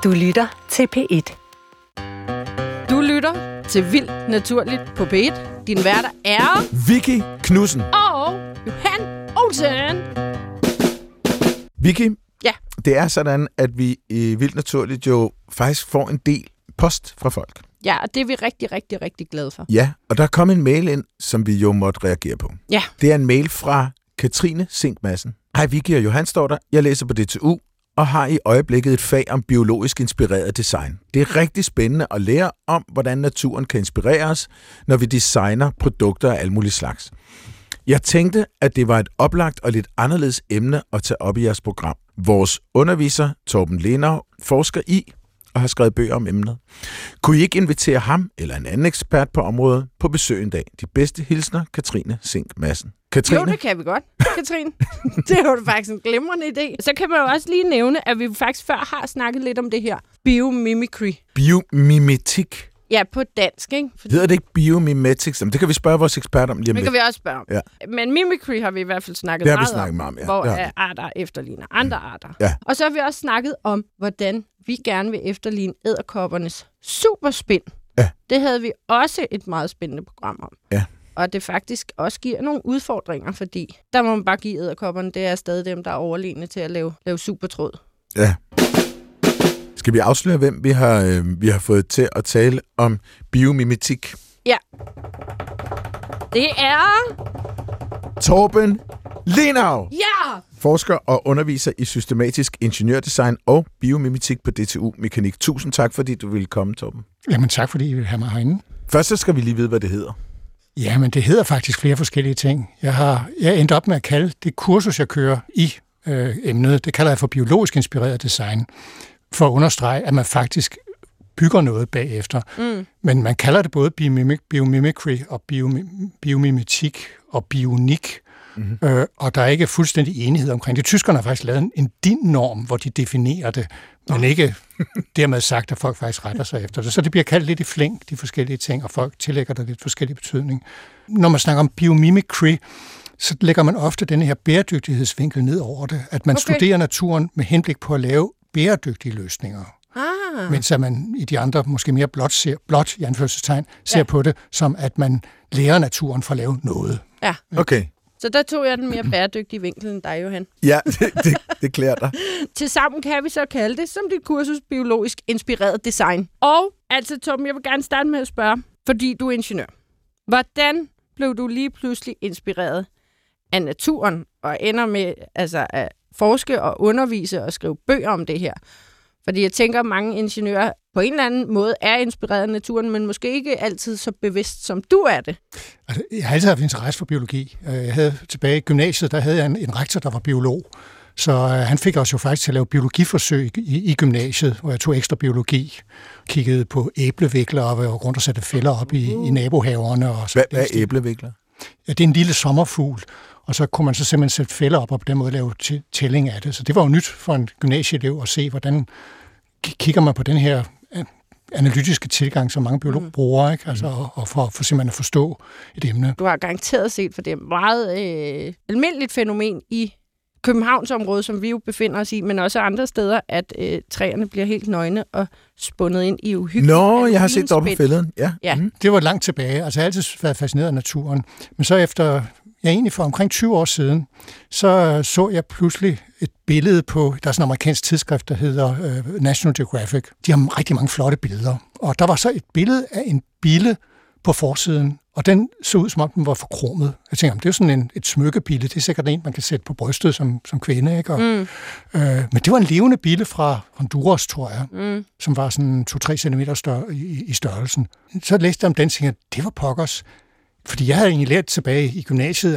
Du lytter til P1. Du lytter til Vildt Naturligt på P1. Din værter er Vicky Knudsen og Johan Olsen. Vicky, ja. Det er sådan, at vi i Vildt Naturligt jo faktisk får en del post fra folk. Ja, og det er vi rigtig glade for. Ja, og der er kommet en mail ind, som vi jo måtte reagere på. Ja. Det er en mail fra Katrine Zink Madsen. Hej Vicky og Johan, står der. Jeg læser på DTU og har i øjeblikket et fag om biologisk inspireret design. Det er rigtig spændende at lære om, hvordan naturen kan inspirere os, når vi designer produkter af alle mulige slags. Jeg tænkte, at det var et oplagt og lidt anderledes emne at tage op i jeres program. Vores underviser, Torben Lenau, forsker i og har skrevet bøger om emnet. Kunne I ikke invitere ham eller en anden ekspert på området på besøg en dag? De bedste hilsner, Katrine Zink Madsen. Katrine? Jo, det kan vi godt, Katrine. Det er jo faktisk en glimrende idé. Så kan man jo også lige nævne, at vi faktisk før har snakket lidt om det her biomimicry. Biomimetik? Ja, på dansk, ikke? Fordi... Hedder det ikke biomimetics? Det kan vi spørge vores ekspert om lige om lidt. Det kan vi også spørge om. Ja. Men mimicry har vi i hvert fald snakket meget om, ja. Hvor arter efterligner andre arter. Ja. Og så har vi også snakket om, hvordan vi gerne vil efterligne edderkoppernes superspind. Ja. Det havde vi også et meget spændende program om. Ja. Og det faktisk også giver nogle udfordringer, fordi der må man bare give edderkopperne, det er stadig dem, der er overlegne til at lave supertråd. Ja. Skal vi afsløre, hvem vi har fået til at tale om biomimetik? Ja. Det er... Torben Lenau! Ja! Forsker og underviser i systematisk ingeniørdesign og biomimetik på DTU Mekanik. Tusind tak, fordi du ville komme, Torben. Jamen tak, fordi I vil have mig herinde. Først så skal vi lige vide, hvad det hedder. Ja, men det hedder faktisk flere forskellige ting. Jeg endte op med at kalde det kursus, jeg kører i emnet. Det kalder jeg for biologisk inspireret design, for at understrege, at man faktisk bygger noget bagefter. Mm. Men man kalder det både biomimicry og biomimetik og bionik. Mm-hmm. Og der er ikke fuldstændig enighed omkring det. Tyskerne har faktisk lavet en DIN-norm, hvor de definerer det, men ikke dermed sagt, at folk faktisk retter sig efter det. Så det bliver kaldt lidt i flæng, de forskellige ting, og folk tillægger der lidt forskellig betydning. Når man snakker om biomimicry, så lægger man ofte denne her bæredygtighedsvinkel ned over det, at man studerer naturen med henblik på at lave bæredygtige løsninger. Mens at man i de andre måske mere blot i anførselstegn, ser på det som, at man lærer naturen for at lave noget. Ja. Okay. Så der tog jeg den mere bæredygtige vinkel end dig, Johan. Ja, det klæder dig. Tilsammen kan vi så kalde det som dit kursus biologisk inspireret design. Og altså, Torben, jeg vil gerne starte med at spørge, fordi du er ingeniør. Hvordan blev du lige pludselig inspireret af naturen og ender med at forske og undervise og skrive bøger om det her? Fordi jeg tænker, at mange ingeniører på en eller anden måde er inspireret af naturen, men måske ikke altid så bevidst, som du er det. Altså, jeg har altid haft interesse for biologi. Jeg havde tilbage i gymnasiet, der havde jeg en rektor, der var biolog. Så han fik os jo faktisk til at lave biologiforsøg i gymnasiet, hvor jeg tog ekstra biologi, kiggede på æblevikler og var rundt og satte fælder op i nabohaverne. Og så Hvad er æblevikler? Ja, det er en lille sommerfugl. Og så kunne man så simpelthen sætte fælder op og på den måde lave tælling af det. Så det var jo nyt for en gymnasieelev at se, hvordan kigger man på den her analytiske tilgang, som mange biologer bruger, ikke? Altså, og for simpelthen at forstå et emne. Du har garanteret set, for det er et meget almindeligt fænomen i Københavnsområdet, som vi jo befinder os i, men også andre steder, at træerne bliver helt nøgne og spundet ind i uhyggeligt. Nå, jeg har set det op på fælleden. Ja. Mm-hmm. Det var langt tilbage. Altså, jeg har altid været fascineret af naturen. Men så efter... Ja, egentlig for omkring 20 år siden, så jeg pludselig et billede på, der er sådan en amerikansk tidsskrift, der hedder National Geographic. De har rigtig mange flotte billeder. Og der var så et billede af en bille på forsiden, og den så ud, som om den var forkromet. Jeg tænker, det er jo sådan et smykkebille. Det er sikkert en, man kan sætte på brystet som kvinde. Ikke? Og, men det var en levende bille fra Honduras, tror jeg, som var sådan 2-3 centimeter i størrelsen. Så læste jeg om den, og tænkte, det var pokkers. Fordi jeg havde egentlig lært tilbage i gymnasiet,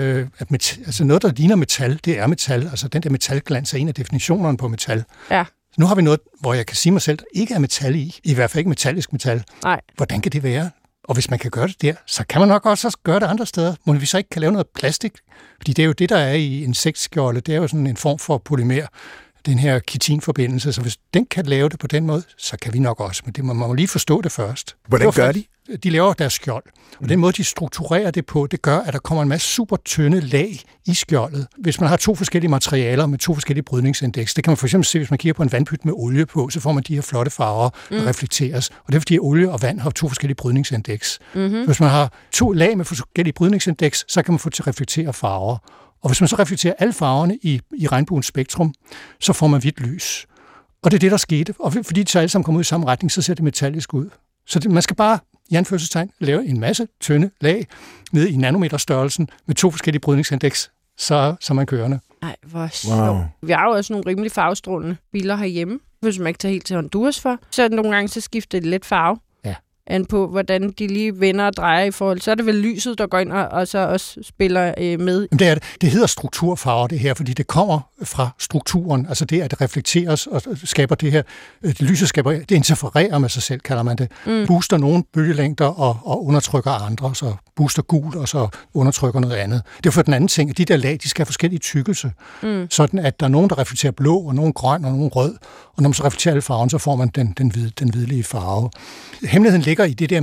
at noget, der ligner metal, det er metal. Altså den der metalglans er en af definitionerne på metal. Ja. Så nu har vi noget, hvor jeg kan sige mig selv, der ikke er metal i hvert fald ikke metallisk metal. Nej. Hvordan kan det være? Og hvis man kan gøre det der, så kan man nok også gøre det andre steder. Må vi så ikke kan lave noget plastik? Fordi det er jo det, der er i insektskjolde. Det er jo sådan en form for polymer, den her kitinforbindelse. Så hvis den kan lave det på den måde, så kan vi nok også. Men det må man lige forstå det først. Hvordan gør de? de laver deres skjold. Og den måde, de strukturerer det på, det gør, at der kommer en masse super tynde lag i skjoldet. Hvis man har 2 forskellige materialer med 2 forskellige brydningsindeks, det kan man for eksempel se, hvis man kigger på en vandpyt med olie på, så får man de her flotte farver, der reflekteres. Og det er, fordi olie og vand har 2 forskellige brydningsindeks. Hvis man har 2 lag med forskellige brydningsindeks, så kan man få til at reflektere farver. Og hvis man så reflekterer alle farverne i regnbuens spektrum, så får man hvidt lys. Og det er det, der skete. Og fordi de så alle sammen kommer ud i samme retning, så ser det metallisk ud. Så man skal bare, i anførselstegn, lave en masse tynde lag nede i nanometerstørrelsen med 2 forskellige brydningsindeks, så er man kørende. Ej, hvor sjovt. Wow. Vi har jo også nogle rimelig farvestrålende biler herhjemme, hvis man ikke tager helt til Honduras for. Så nogle gange så skifter det lidt farve. An på, hvordan de lige vender og drejer i forhold. Så er det vel lyset, der går ind og så også spiller med. Det er det. Det hedder strukturfarver, det her, fordi det kommer fra strukturen. Altså det, at det reflekteres og skaber det her. Lyset skaber, det interfererer med sig selv, kalder man det. Booster nogle bølgelængder og undertrykker andre. Så booster gult, og så undertrykker noget andet. Det er for den anden ting, at de der lag, de skal have forskellige tykkelse. Sådan, at der er nogen, der reflekterer blå, og nogen grøn, og nogen rød. Og når man så reflekterer alle farven, så får man den hvidlige farve. Hemmeligheden ligger i det der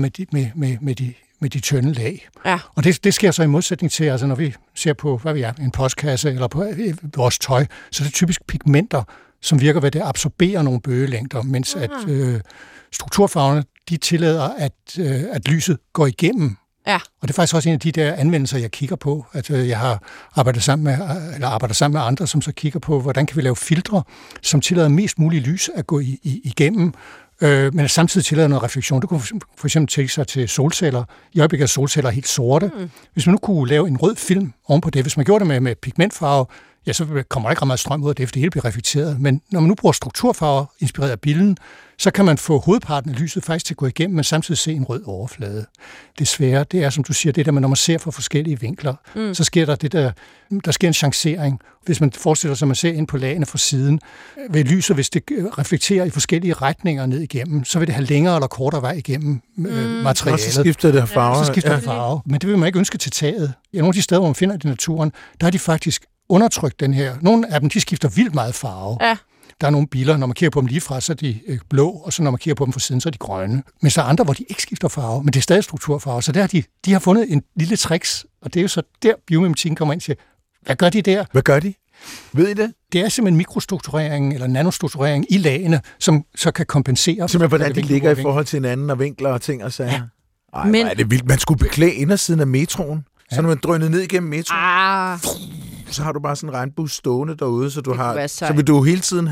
med de tynde lag. Ja. Og det sker så i modsætning til, altså når vi ser på, hvad vi er, en postkasse eller på vores tøj, så er det typisk pigmenter, som virker ved, at det absorberer nogle bølgelængder, mens at strukturfarverne, de tillader, at lyset går igennem. Ja. Og det er faktisk også en af de der anvendelser, jeg kigger på, at jeg har arbejder sammen med andre, som så kigger på, hvordan kan vi lave filtre, som tillader mest muligt lys at gå igennem, men samtidig tillader noget refleksion. Det kunne for eksempel tænke sig til solceller. I øjeblikket er solceller helt sorte. Hvis man nu kunne lave en rød film ovenpå det, hvis man gjorde det med pigmentfarve, ja, så kommer der ikke ret meget strøm ud af det, for det hele bliver reflekteret. Men når man nu bruger strukturfarver inspireret af billen, så kan man få hovedparten af lyset faktisk til at gå igennem, men samtidig se en rød overflade. Det svære, det er, som du siger, det der, når man ser fra forskellige vinkler, så sker der sker en chancering. Hvis man forestiller sig, at man ser ind på lagene fra siden, ved lyset, hvis det reflekterer i forskellige retninger ned igennem, så vil det have længere eller kortere vej igennem materialet. Og så skifter det farve. Så skifter det farve. Men det vil man ikke ønske til taget. I nogle af de steder, hvor man finder det i naturen, der har de faktisk undertrykt den her. Nogle af dem, de skifter vildt meget farve. Ja. Der er nogle biler, når man kigger på dem lige fra, så er de blå, og så når man kigger på dem fra siden, så er de grønne. Men så er andre, hvor de ikke skifter farve, men det er stadig strukturfarve. Så der de har fundet en lille tricks, og det er jo så der, biomimetikken kommer ind til. Hvad gør de der? Hvad gør de? Ved I det? Det er simpelthen mikrostrukturering eller nanostrukturering i lagene, som så kan kompensere. Simpelthen, hvordan de ligger i forhold til hinanden og vinkler og ting og sager. Ja. Ej, men er det vildt. Man skulle beklæde indersiden af metroen. Så når man drønede ned igennem metroen, så har du bare sådan en regnbue stående derude, så vil du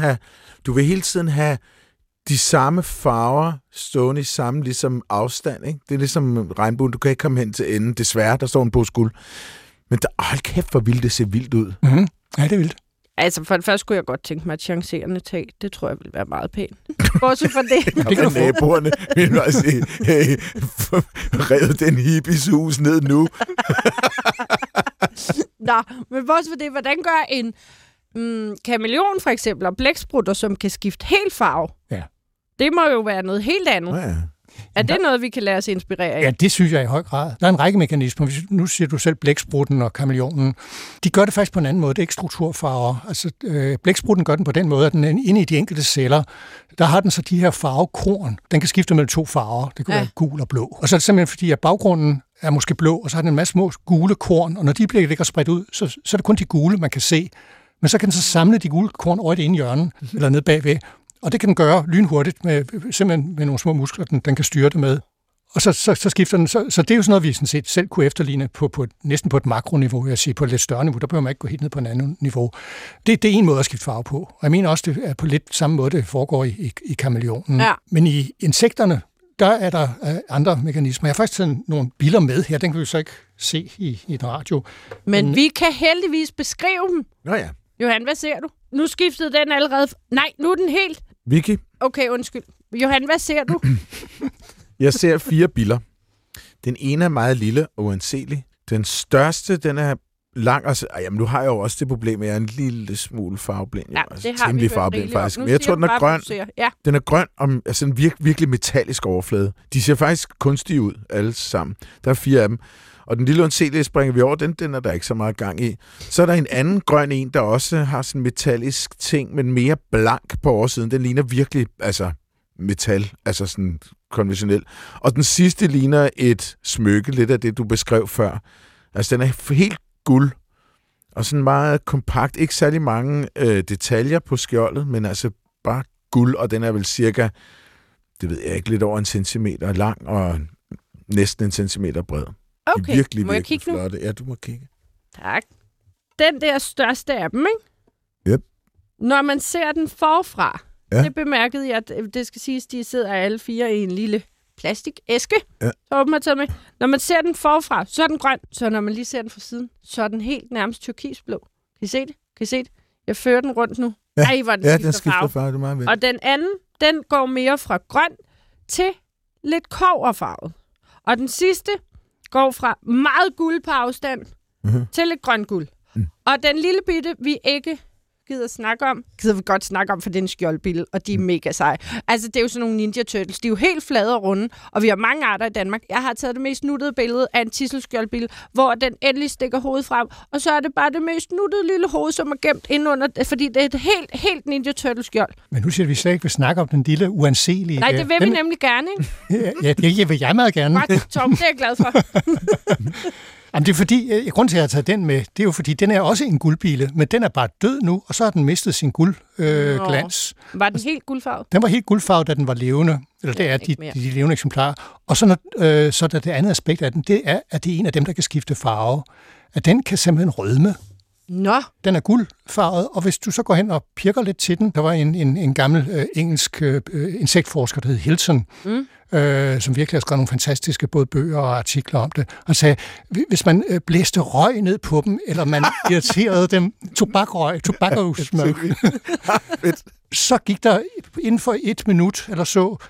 hele tiden have de samme farver stående i samme ligesom afstand, ikke? Det er ligesom regnbuen, du kan ikke komme hen til enden. Desværre, der står en pose guld. Men hold kæft, hvor vildt det ser vildt ud. Mm-hmm. Ja, det er vildt. Altså, for det første kunne jeg godt tænke mig et chancerende tag. Det tror jeg ville være meget pænt. Bortset fra det. Det kan naboerne vil bare sige, hey, rev den hippies hus ned nu. Nå, men bortset fra det, hvordan gør en kameleon for eksempel, og blæksprutter, som kan skifte helt farve? Ja. Det må jo være noget helt andet. Ja. Er det noget, vi kan lade os inspirere af? Ja, det synes jeg i høj grad. Der er en række mekanismer. Nu siger du selv blæksprutten og kameleonen. De gør det faktisk på en anden måde. Det er ikke strukturfarver. Altså, blæksprutten gør den på den måde, at den inde i de enkelte celler, der har den så de her farvekorn. Den kan skifte mellem 2 farver. Det kan være gul og blå. Og så er det simpelthen fordi, at baggrunden er måske blå, og så har den en masse små gule korn, og når de ligger spredt ud, så er det kun de gule, man kan se. Men så kan den så samle de gule korn over i det ene hjørne, eller nede bagved. Og det kan den gøre lynhurtigt, simpelthen med nogle små muskler, den kan styre det med. Og så skifter den. Så det er jo sådan noget, vi sådan set selv kunne efterligne næsten på et makroniveau, jeg siger, på et lidt større niveau. Der behøver man ikke gå helt ned på en anden niveau. Det er en måde at skifte farve på. Og jeg mener også, det er på lidt samme måde, det foregår i kameleonen. Ja. Men i insekterne, der er der andre mekanismer. Jeg har faktisk taget nogle billeder med her, den kan vi så ikke se i et radio. Men vi kan heldigvis beskrive dem. Nå ja. Johan, hvad ser du? Nu skiftede den allerede. Nej, nu er den helt. Vicky? Okay, undskyld. Johan, hvad ser du? Jeg ser 4 biller. Den ene er meget lille og uanselig. Den største, den er lang. Og jamen, nu har jeg jo også det problem, at jeg er en lille smule farveblind. Ja, det har vi farveblind faktisk. Men jeg tror, den er grøn. Ja. Den er grøn og altså en virkelig metallisk overflade. De ser faktisk kunstige ud, alle sammen. Der er 4 af dem. Og den lille uanselige springer vi over, den er der ikke så meget gang i. Så er der en anden grøn en, der også har sådan en metallisk ting, men mere blank på oversiden. Den ligner virkelig, altså metal, altså sådan konventionel. Og den sidste ligner et smykke, lidt af det, du beskrev før. Altså, den er helt guld, og sådan meget kompakt. Ikke særlig mange detaljer på skjoldet, men altså bare guld, og den er vel cirka, det ved jeg ikke, lidt over 1 centimeter lang, og næsten 1 centimeter bred. Okay, virkelig, må jeg kigge nu? flotte. Ja, du må kigge. Tak. Den der største af dem, ikke? Yep. Når man ser den forfra, Ja. det bemærkede jeg, at det skal siges, de sidder alle 4 i en lille plastikæske, Ja. Torben har taget med. Når man ser den forfra, så er den grøn. Så når man lige ser den fra siden, så er den helt nærmest turkisblå. Kan I se det? Kan I se det? Jeg fører den rundt nu. Ja. Ej, hvor den skifter farve. Det er meget Og den anden, den går mere fra grøn til lidt kobberfarvet. Og den sidste går fra meget guld på afstand til lidt grøn guld. Og den lille bitte, vi ikke gider vi godt snakke om, for det er en skjoldbille, og de er mega seje. Altså, det er jo sådan nogle Ninja Turtles. De er jo helt flade og runde, og vi har mange arter i Danmark. Jeg har taget det mest nuttede billede af en tisselskjoldbille, hvor den endelig stikker hovedet frem, og så er det bare det mest nuttede lille hoved, som er gemt indunder, fordi det er et helt Ninja Turtle-skjold. Men nu siger vi slet ikke vil snakke om den lille uanselige. Nej, det vil vi nemlig gerne, ikke? Ja, det vil jeg meget gerne. Godt, Tom, det er jeg glad for. Jamen, det er fordi, grunden til, at jeg har taget den med, det er jo fordi, den er også en guldbile, men den er bare død nu, og så har den mistet sin guldglans. Var den helt guldfarvet? Den var helt guldfarvet, da den var levende, eller det er de levende eksemplarer. Og så er det andet aspekt af den, det er, at det er en af dem, der kan skifte farve. At den kan simpelthen rødme. Nå. Den er guldfarvet, og hvis du så går hen og pirker lidt til den, der var en gammel engelsk insektforsker, der hed Hilton, som virkelig har skrevet nogle fantastiske både bøger og artikler om det. Han sagde, hvis man blæste røg ned på dem, eller man irriterede dem, tobakkosmøg, så gik der inden for 1 minut eller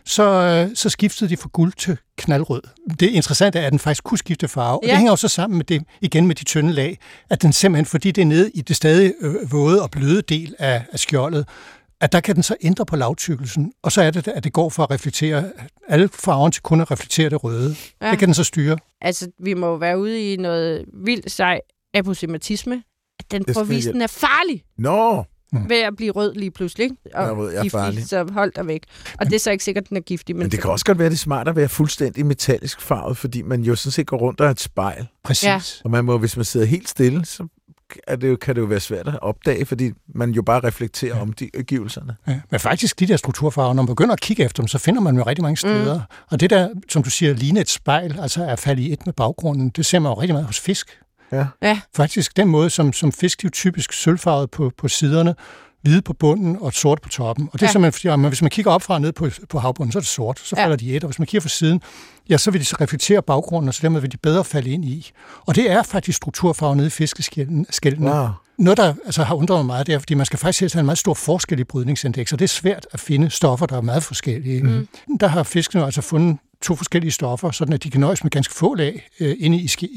så skiftede de fra guld til knaldrød. Det interessante er, at den faktisk kunne skifte farve, og det hænger jo så sammen med det, igen med de tynde lag, at den simpelthen, fordi det er nede i det stadig våde og bløde del af skjoldet, at der kan den så ændre på lavtykkelsen, og så er det, at det går for at reflektere alle farven til kun at reflektere det røde. Ja. Det kan den så styre. Altså, vi må være ude i noget vildt sej aposematisme, at den påvisen er farlig. Nå! Ved at blive rød lige pludselig, ikke? Og giftig, så hold dig væk. Og det er så ikke sikkert, at den er giftig. Men det kan også godt være, det er smart at være fuldstændig metallisk farvet, fordi man jo sådan set går rundt og er et spejl. Præcis. Ja. Og man må, hvis man sidder helt stille, så kan det jo være svært at opdage, fordi man jo bare reflekterer om de omgivelserne. Ja, men faktisk de der strukturfarver, når man begynder at kigge efter dem, så finder man jo rigtig mange steder. Og det der, som du siger, ligner et spejl, altså er faldet i et med baggrunden, det ser man jo rigtig meget hos fisk. Ja. Faktisk den måde, som fisk er typisk sølvfarvet på siderne, hvide på bunden og sort på toppen. Og det er simpelthen fordi, hvis man kigger op fra og ned på havbunden, så er det sort, så falder de i et. Og hvis man kigger fra siden, ja, så vil de så reflektere baggrunden, og så dermed vil de bedre falde ind i. Og det er faktisk strukturfarve nede i fiskeskældene. Wow. Noget, der altså har undret mig meget, det er, fordi man skal faktisk have en meget stor forskel i brydningsindeks, og det er svært at finde stoffer, der er meget forskellige. Der har fiskene altså fundet 2 forskellige stoffer, sådan at de kan nøjes med ganske få lag inde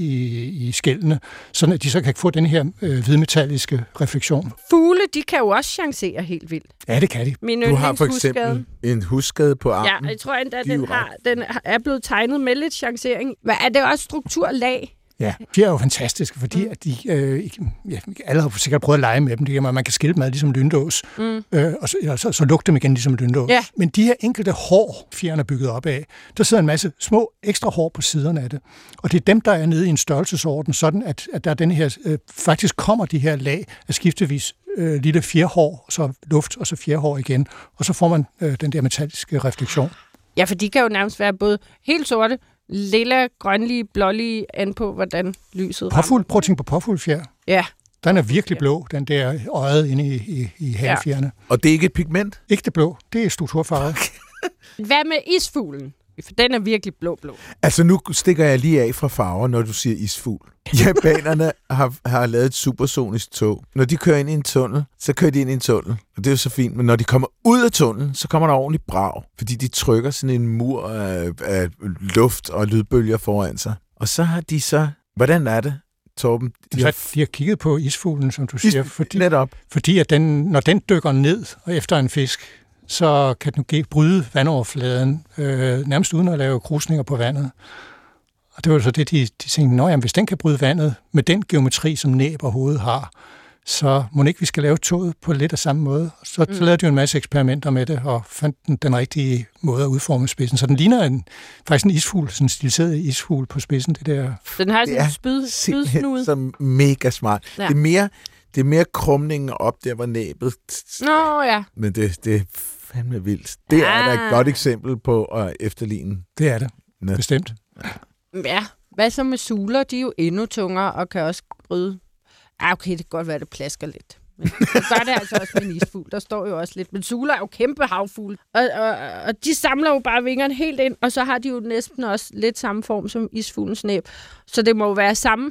i skældene, sådan at de så kan få den her hvidmetalliske refleksion. Fugle, de kan jo også chancere helt vildt. Ja, det kan de. Du har for eksempel en husskade på armen. Ja, jeg tror endda, den er blevet tegnet med lidt chancering. Men er det også strukturlag? Ja, de er jo fantastiske, fordi at de, alle har sikkert prøvet at lege med dem. Det man kan skille dem ad ligesom lyndås, og så lugte dem igen ligesom lyndås. Ja. Men de her enkelte hår, fjerne er bygget op af, der sidder en masse små ekstra hår på siderne af det. Og det er dem, der er nede i en størrelsesorden, sådan at der er den her, faktisk kommer de her lag af skiftevis lille fjerhår, så luft, og så fjerhår igen. Og så får man den der metalliske refleksion. Ja, for de kan jo nærmest være både helt sorte, lilla, grønlige, blålige, an på, hvordan lyset rammer. Prøv at tænke på påfuglfjer. Ja. Den er virkelig blå, den der øjet inde i halefjerne. Ja. Og det er ikke et pigment? Ikke det blå, det er strukturfarve. Hvad med isfuglen? For den er virkelig blå. Altså nu stikker jeg lige af fra farver, når du siger isfugl. Japanerne har lavet et supersonisk tog. Når de kører ind i en tunnel, så kører de ind i en tunnel. Og det er jo så fint. Men når de kommer ud af tunnelen, så kommer der ordentligt brag. Fordi de trykker sådan en mur af luft og lydbølger foran sig. Og så har de så... Hvordan er det, Torben? De har kigget på isfuglen, som du siger. Netop. Fordi at når den dykker ned og efter en fisk, så kan den bryde vandoverfladen, nærmest uden at lave krusninger på vandet. Og det var så det, de tænkte, hvis den kan bryde vandet med den geometri, som næb og hoved har, så må ikke vi skal lave toget på lidt af samme måde. Så lavede de jo en masse eksperimenter med det, og fandt den rigtige måde at udforme spidsen. Så den ligner faktisk en isfugl, sådan en stiliseret isfugl på spidsen. Det der. Den har sådan en spydsnude. Som mega smart. Ja. Det er mere krumningen op der, hvor næbet... Nå, ja. Men det er fandme vildt. Det er da et godt eksempel på at efterligne. Det er det. Bestemt. Ja. Hvad så med suler? De er jo endnu tungere og kan også bryde. Okay, det kan godt være, det plasker lidt. Men det gør det altså også med en isfugl. Der står jo også lidt. Men suler er jo kæmpe havfugle. Og de samler jo bare vingerne helt ind, og så har de jo næsten også lidt samme form som isfuglens næb. Så det må jo være samme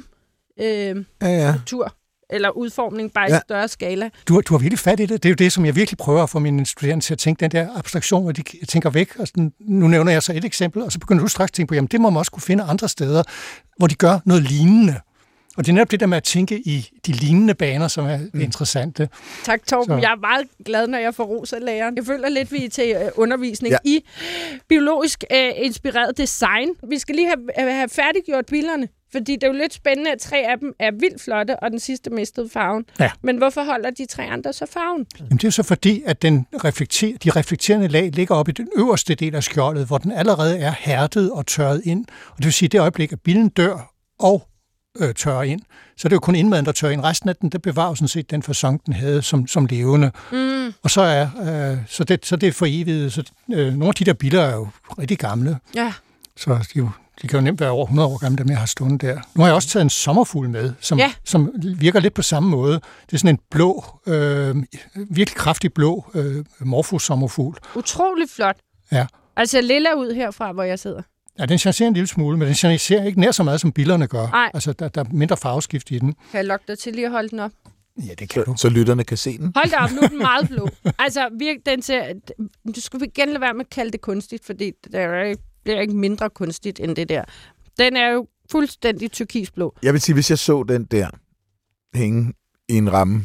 struktur eller udformning, bare i større skala. Du har virkelig fat i det. Det er jo det, som jeg virkelig prøver at få mine studerende til at tænke, den der abstraktion, hvor de tænker væk. Og sådan, nu nævner jeg så et eksempel, og så begynder du straks at tænke på, jamen det må man også kunne finde andre steder, hvor de gør noget lignende. Og det er netop det der med at tænke i de lignende baner, som er interessante. Tak, Torben. Jeg er meget glad, når jeg får ros af læreren. Jeg føler lidt, vi er til undervisning i biologisk inspireret design. Vi skal lige have færdiggjort billederne, fordi det er jo lidt spændende, at 3 af dem er vildt flotte, og den sidste mistede farven. Ja. Men hvorfor holder de 3 andre så farven? Jamen, det er jo så fordi, at de reflekterende lag ligger oppe i den øverste del af skjoldet, hvor den allerede er hærdet og tørret ind. Og det vil sige, at det øjeblik, at billen dør og tørrer ind, så er det jo kun indmaden, der tørrer ind. Resten af den, der bevarer sådan set den facon, den havde som levende. Og så er så det er for evigt. Så nogle af de der billeder er jo rigtig gamle. Ja. Så de kan jo nemt være over 100 år gamle, dem jeg har stående der. Nu har jeg også taget en sommerfugl med, som virker lidt på samme måde. Det er sådan en blå, virkelig kraftig blå morfosommerfugl. Utrolig flot. Ja. Altså lilla ud herfra, hvor jeg sidder. Ja, den chancerer en lille smule, men den chancerer ikke nær så meget, som billerne gør. Nej. Altså, der er mindre farveskift i den. Kan jeg lokke dig til lige at holde den op? Ja, det kan du. Så lytterne kan se den? Hold da op, nu er den meget blå. Altså, den ser... Du skulle igen lade være med at kalde det kunstigt, fordi det er ikke mindre kunstigt end det der. Den er jo fuldstændig turkisblå. Jeg vil sige, hvis jeg så den der hænge i en ramme,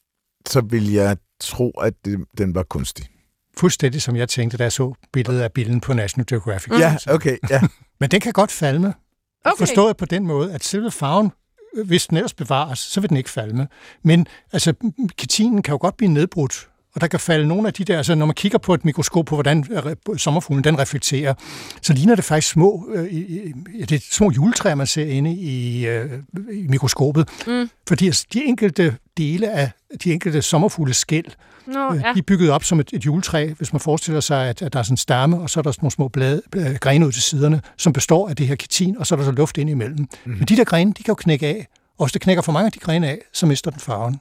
så ville jeg tro, at den var kunstig. Fuldstændig som jeg tænkte, da jeg så billedet af billen på National Geographic. Ja, okay, ja. Men den kan godt falme. Okay. Forstået på den måde, at selve farven, hvis den ellers bevares, så vil den ikke falme. Men altså, ketinen kan jo godt blive nedbrudt, og der kan falde nogle af de der, altså når man kigger på et mikroskop på, hvordan sommerfuglen den reflekterer, så ligner det faktisk det er små juletræer, man ser inde i mikroskopet. Fordi altså, de enkelte dele af de enkelte sommerfugles skæl, de er bygget op som et juletræ, hvis man forestiller sig, at der er sådan en stamme, og så er der sådan nogle små grene ud til siderne, som består af det her ketin, og så er der så luft ind imellem. Men de der grene, de kan jo knække af, og hvis det knækker for mange af de grene af, så mister den farven.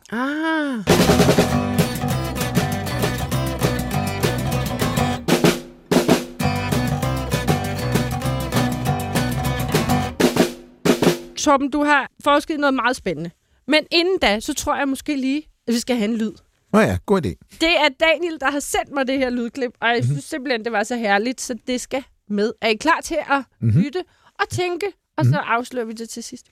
Torben, du har forsket noget meget spændende. Men inden da, så tror jeg måske lige, at vi skal have en lyd. Ja, god idé. Det er Daniel, der har sendt mig det her lydklip, og jeg synes simpelthen, det var så herligt, så det skal med. Er I klar til at lytte og tænke, og så afslører vi det til sidst?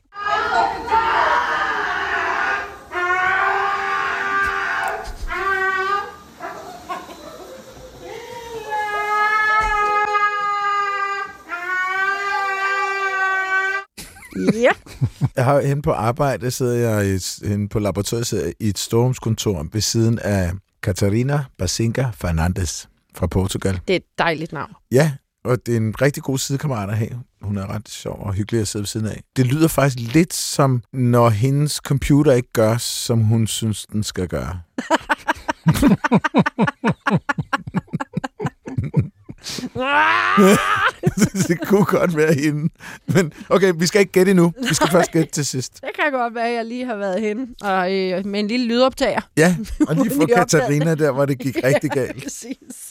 Ja. Jeg har henne på arbejde, sidder jeg henne på laboratoriet, sidder i et storrumskontor ved siden af Catarina Basinga Fernandes fra Portugal. Det er et dejligt navn. Ja, og det er en rigtig god sidekammerat at have. Hun er ret sjov og hyggelig at sidde ved siden af. Det lyder faktisk lidt som, når hendes computer ikke gør, som hun synes, den skal gøre. Det kunne godt være hende. Men okay, vi skal ikke gætte endnu. Vi skal først gætte til sidst. Det kan godt være, at jeg lige har været henne og med en lille lydoptager. Ja, og lige få Katarina der, hvor det gik rigtig galt. Præcis.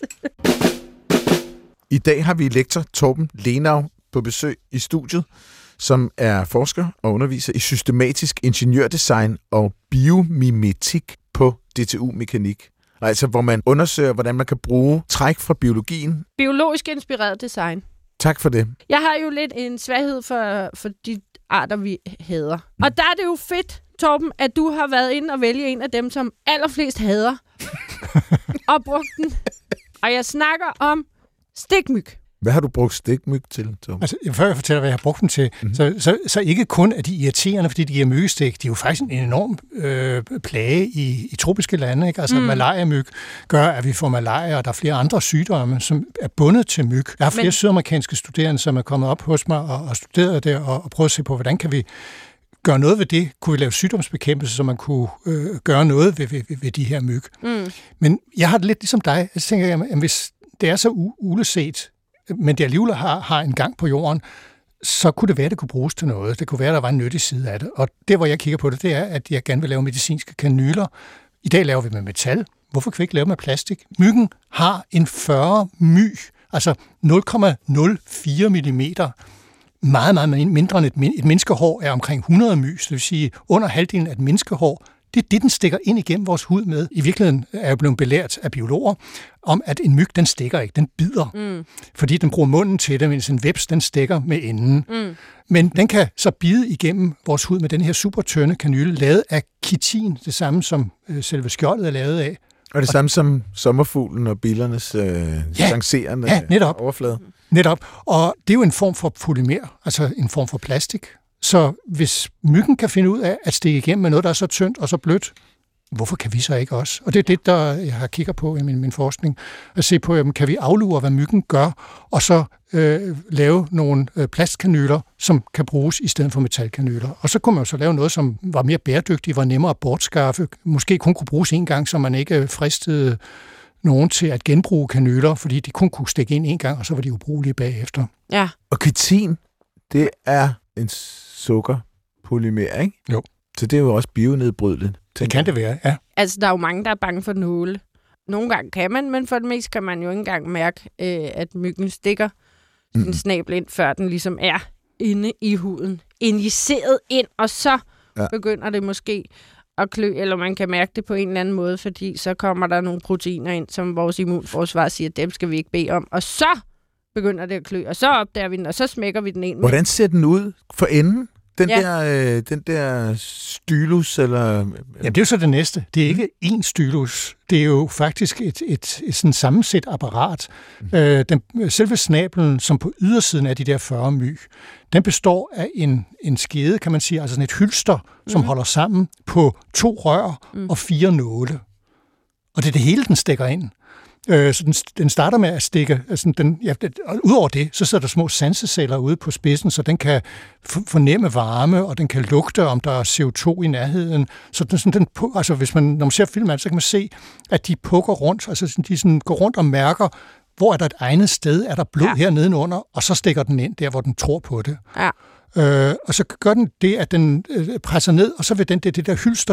I dag har vi lektor Torben Lenau på besøg i studiet, som er forsker og underviser i systematisk ingeniørdesign og biomimetik på DTU Mekanik. Altså, hvor man undersøger, hvordan man kan bruge træk fra biologien. Biologisk inspireret design. Tak for det. Jeg har jo lidt en svaghed for de arter, vi hader. Og der er det jo fedt, Torben, at du har været inde og vælge en af dem, som allerflest hader. Og brugt den. Og jeg snakker om stikmyg. Hvad har du brugt stikmyg til, Tom? Altså, før jeg fortæller, hvad jeg har brugt dem til, så ikke kun er de irriterende, fordi de giver myggestik. De er jo faktisk en enorm plage i tropiske lande. Ikke? Altså, malaria-myg gør, at vi får malaria, og der er flere andre sygdomme, som er bundet til myg. Jeg har flere sydamerikanske studerende, som er kommet op hos mig og studeret der og prøvet at se på, hvordan kan vi gøre noget ved det? Kunne vi lave sygdomsbekæmpelse, så man kunne gøre noget ved de her myg? Men jeg har det lidt ligesom dig. Jeg tænker, at hvis det er så uleset, men det alligevel har en gang på jorden, så kunne det være, at det kunne bruges til noget. Det kunne være, at der var en nyttig side af det. Og det, hvor jeg kigger på det, det er, at jeg gerne vil lave medicinske kanyler. I dag laver vi med metal. Hvorfor kan vi ikke lave med plastik? Myggen har en 40 my, altså 0,04 millimeter. Meget, meget mindre end et menneskehår er omkring 100 my, så det vil sige under halvdelen af et menneskehår. Det er det, den stikker ind igennem vores hud med. I virkeligheden er jeg blevet belært af biologer om, at en myg, den stikker ikke, den bider. Fordi den bruger munden til det, mens en veps, den stikker med enden. Men den kan så bide igennem vores hud med den her super tynde kanyle, lavet af kitin, det samme som selve skjoldet er lavet af. Og det samme som sommerfuglen og billernes chancerende overflade. Netop. Og det er jo en form for polymer, altså en form for plastik. Så hvis myggen kan finde ud af at stikke igennem med noget, der er så tyndt og så blødt, hvorfor kan vi så ikke også? Og det er det, der jeg har kigget på i min forskning. At se på, kan vi aflure, hvad myggen gør, og så lave nogle plastkanyler, som kan bruges i stedet for metalkanyler. Og så kunne man jo så lave noget, som var mere bæredygtigt, var nemmere at bortskaffe, måske kun kunne bruges en gang, så man ikke fristede nogen til at genbruge kanyler, fordi de kun kunne stikke ind en gang, og så var de ubrugelige bagefter. Ja. Og kitin, det er en sukkerpolymer, ikke? Jo. Så det er jo også bionedbrydeligt. Det kan det være, ja. Altså, der er jo mange, der er bange for nåle. Nogle gange kan man, men for det meste kan man jo ikke engang mærke, at myggen stikker sin snabel ind, før den ligesom er inde i huden. Injiceret ind, og så begynder det måske at klø, eller man kan mærke det på en eller anden måde, fordi så kommer der nogle proteiner ind, som vores immunforsvar siger, dem skal vi ikke bede om. Og så begynder det at klø, og så opdager vi den, og så smækker vi den ind med. Hvordan ser den ud for enden? Den der stylus, eller... Jamen, det er jo så det næste. Det er ikke én stylus. Det er jo faktisk et sådan sammensæt apparat. Selve snablen, som på ydersiden af de der 40 my, den består af en skede, kan man sige, altså sådan et hylster, som holder sammen på 2 rør og 4 nåle. Og det er det hele, den stikker ind. Så den starter med at stikke, altså og udover det, så sidder der små sanseceller ude på spidsen, så den kan fornemme varme, og den kan lugte, om der er CO2 i nærheden. Så altså når man ser filmen, så kan man se, at de pukker rundt, altså de sådan går rundt og mærker, hvor er der et egnet sted, er der blod her nedenunder, og så stikker den ind der, hvor den tror på det. Ja. Og så gør den det, at den presser ned, og så vil det der hylster,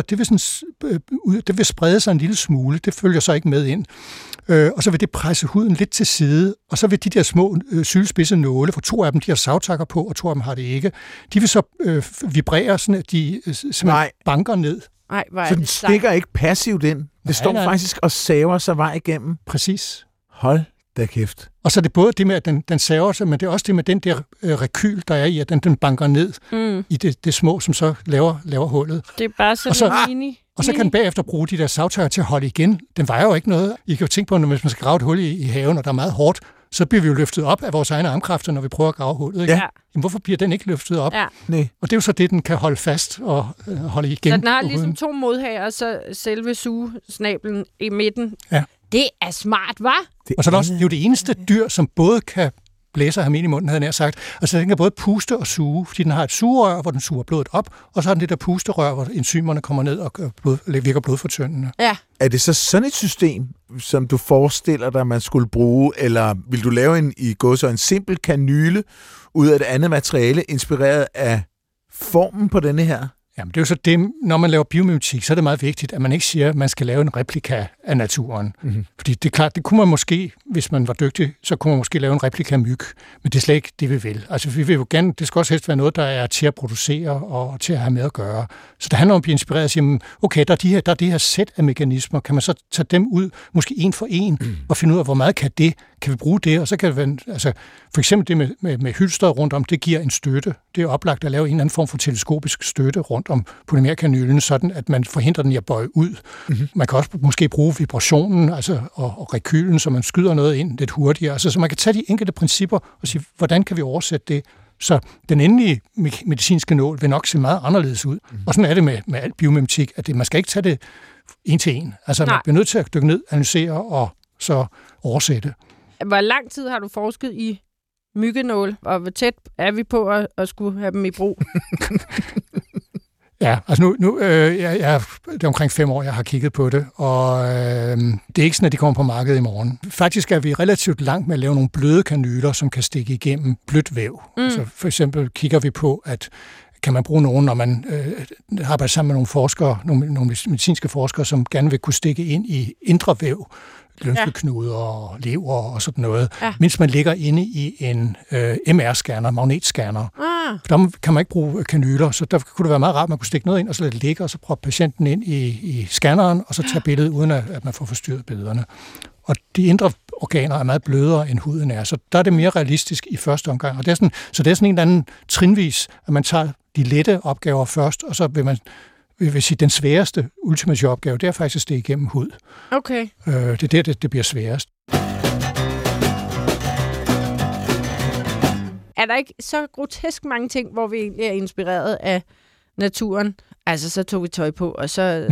det vil sprede sig en lille smule, det følger så ikke med ind. Og så vil det presse huden lidt til side, og så vil de der små sylspidse nåle, for 2 af dem, de har savtakker på, og 2 af dem har det ikke, de vil så vibrere, sådan at de simpelthen banker ned. Nej, så den stikker ikke passivt ind. Det står faktisk og saver sig vej igennem. Præcis. Hold da kæft. Og så er det både det med, at den saver sig, men det er også det med den der rekyl, der er i, at den banker ned i det små, som så laver hullet. Det er bare sådan og så kan den bagefter bruge de der savtakker til at holde igen. Den vejer jo ikke noget. I kan jo tænke på, at hvis man skal grave et hul i haven, og der er meget hårdt, så bliver vi jo løftet op af vores egne armkræfter, når vi prøver at grave hullet. Ikke? Ja. Jamen, hvorfor bliver den ikke løftet op? Ja. Nej. Og det er jo så det, den kan holde fast og holde igen. Så den har ligesom 2 modhager, og så selve sugesnablen i midten. Ja. Det er smart, hva'? Og så er det også det er jo det eneste dyr, som både kan blæse og have min i munden, havde jeg nær sagt. Altså den kan både puste og suge, fordi den har et sugerør, hvor den suger blodet op, og så har den det der pusterør, hvor enzymerne kommer ned og virker blodfortyndende. Ja. Er det så sådan et system, som du forestiller dig, man skulle bruge, eller vil du lave en simpel kanyle ud af et andet materiale, inspireret af formen på denne her? Jamen, det er jo så det, når man laver biomimetik, så er det meget vigtigt, at man ikke siger, at man skal lave en replika af naturen. Mm-hmm. Fordi det er klart, det kunne man måske, hvis man var dygtig, så kunne man måske lave en replika af myg. Men det er slet ikke det, vi vil. Altså, vi vil jo gerne, det skal også helst være noget, der er til at producere og til at have med at gøre. Så det handler om at blive inspireret og sige, okay, der er det her sæt af mekanismer. Kan man så tage dem ud, måske en for en, og finde ud af, hvor meget kan vi bruge det? Og så kan det være, altså, for eksempel det med hylster rundt om, det giver en støtte. Det er oplagt at lave en eller anden form for teleskopisk støtte rundt rundt om polymerkanylen, sådan at man forhindrer den i at bøje ud. Mm-hmm. Man kan også måske bruge vibrationen og rekylen, så man skyder noget ind lidt hurtigere. Altså, så man kan tage de enkelte principper og sige, hvordan kan vi oversætte det? Så den endelige medicinske nål vil nok se meget anderledes ud. Mm-hmm. Og sådan er det med alt biomimetik, at man skal ikke tage det en til en. Altså, man bliver nødt til at dykke ned, analysere og så oversætte. Hvor lang tid har du forsket i myggenål, og hvor tæt er vi på at skulle have dem i brug? Ja, altså nu det er omkring 5 år, jeg har kigget på det, og det er ikke sådan, at de kommer på markedet i morgen. Faktisk er vi relativt langt med at lave nogle bløde kanyler, som kan stikke igennem blødt væv. Altså for eksempel kigger vi på, at kan man bruge nogen, når man arbejder sammen med nogle forskere, nogle medicinske forskere, som gerne vil kunne stikke ind i indre væv, lymfeknuder og lever og sådan noget, mens man ligger inde i en MR-scanner, magnetscanner. Der kan man ikke bruge kanyler, så der kunne det være meget rart, at man kunne stikke noget ind, og så lade det ligge, og så proppe patienten ind i scanneren, og så tage billedet, uden at man får forstyrret billederne. Og de indre organer er meget blødere, end huden er, så der er det mere realistisk i første omgang. Og det er sådan, så det er sådan en eller anden trinvis, at man tager de lette opgaver først, og så vil man sige, den sværeste ultimative opgave, det er faktisk at stikke igennem hud. Okay. Det er der, det bliver sværest. Er der ikke så grotesk mange ting, hvor vi egentlig er inspireret af naturen? Altså, så tog vi tøj på, og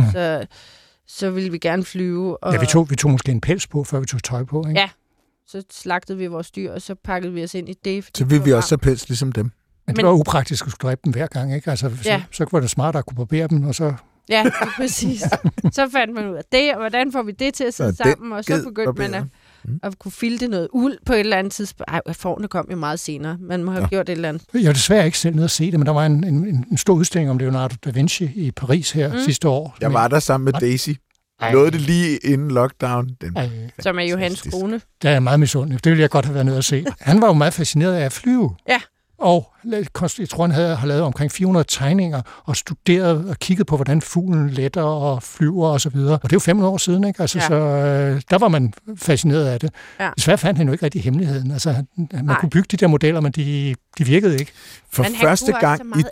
så ville vi gerne flyve. Og... Ja, vi tog måske en pels på, før vi tog tøj på, ikke? Ja, så slagtede vi vores dyr, og så pakkede vi os ind i det. Så ville vi også have pels ligesom dem. Men det var upraktisk at skulle dræbe dem hver gang, ikke? Altså, så var det smart at kunne barbere dem, og så... Ja, præcis. Så fandt man ud af det, og hvordan får vi det til at sidde sammen, og så begyndte man at kunne filte noget uld på et eller andet tidspunkt. Fårene kom jo meget senere. Man må have gjort et eller andet. Jeg var desværre ikke selv nede at se det, men der var en stor udstilling om Leonardo da Vinci i Paris her sidste år. Jeg var der sammen med Daisy. Nåede det lige inden lockdown. Som er Johannes kone. Det er meget misundelig. Det ville jeg godt have været nede at se. Han var jo meget fascineret af at flyve. Ja. Og jeg tror, han har lavet omkring 400 tegninger og studeret og kigget på, hvordan fuglen letter og flyver og så videre. Og det er jo 500 år siden, ikke? Altså, så der var man fascineret af det. Ja. Desværre fandt han jo ikke rigtig hemmeligheden. Altså, man kunne bygge de der modeller, men de virkede ikke. For første gang i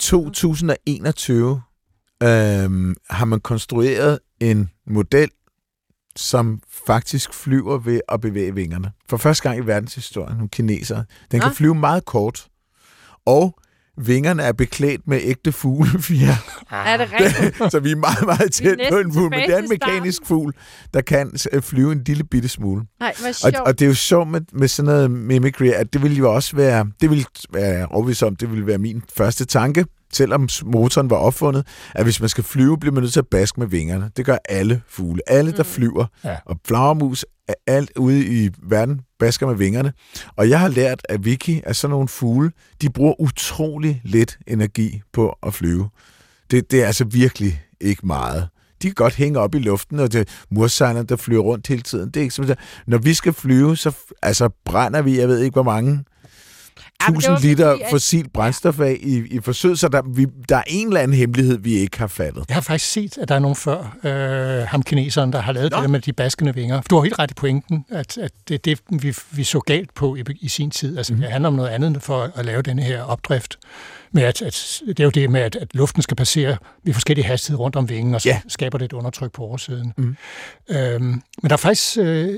2021 har man konstrueret en model, som faktisk flyver ved at bevæge vingerne. For første gang i verdenshistorien, nogle kinesere. Den kan flyve meget kort. Og vingerne er beklædt med ægte fuglefjer. Er det rigtigt? Så vi er meget, meget tæt på en fugl. Men det er en mekanisk fugl, der kan flyve en lille bitte smule. Nej, hvor sjovt. Og det er jo sjovt med sådan noget mimicry, at det ville jo også være, det ville være overbevist om, det ville være min første tanke, selvom motoren var opfundet, at hvis man skal flyve, bliver man nødt til at baske med vingerne. Det gør alle fugle. Alle, der flyver. Ja. Og flagermus, alt ude i verden, basker med vingerne. Og jeg har lært af Vicky, at sådan nogle fugle, de bruger utrolig lidt energi på at flyve. Det er altså virkelig ikke meget. De kan godt hænge op i luften, og det er mursejlerne, der flyver rundt hele tiden. Det er ikke sådan, når vi skal flyve, så brænder vi, jeg ved ikke hvor mange 1000 liter fossilt brændstof af i forsøg, så der er en eller anden hemmelighed, vi ikke har fattet. Jeg har faktisk set, at der er nogen før ham kineseren, der har lavet det med de baskende vinger. Du har helt ret i pointen, at det er det, vi så galt på i sin tid. Altså, det handler om noget andet for at lave denne her opdrift. Med det er jo det med, at luften skal passere ved forskellige hastigheder rundt om vingen, og så skaber det et undertryk på oversiden. Men der er faktisk...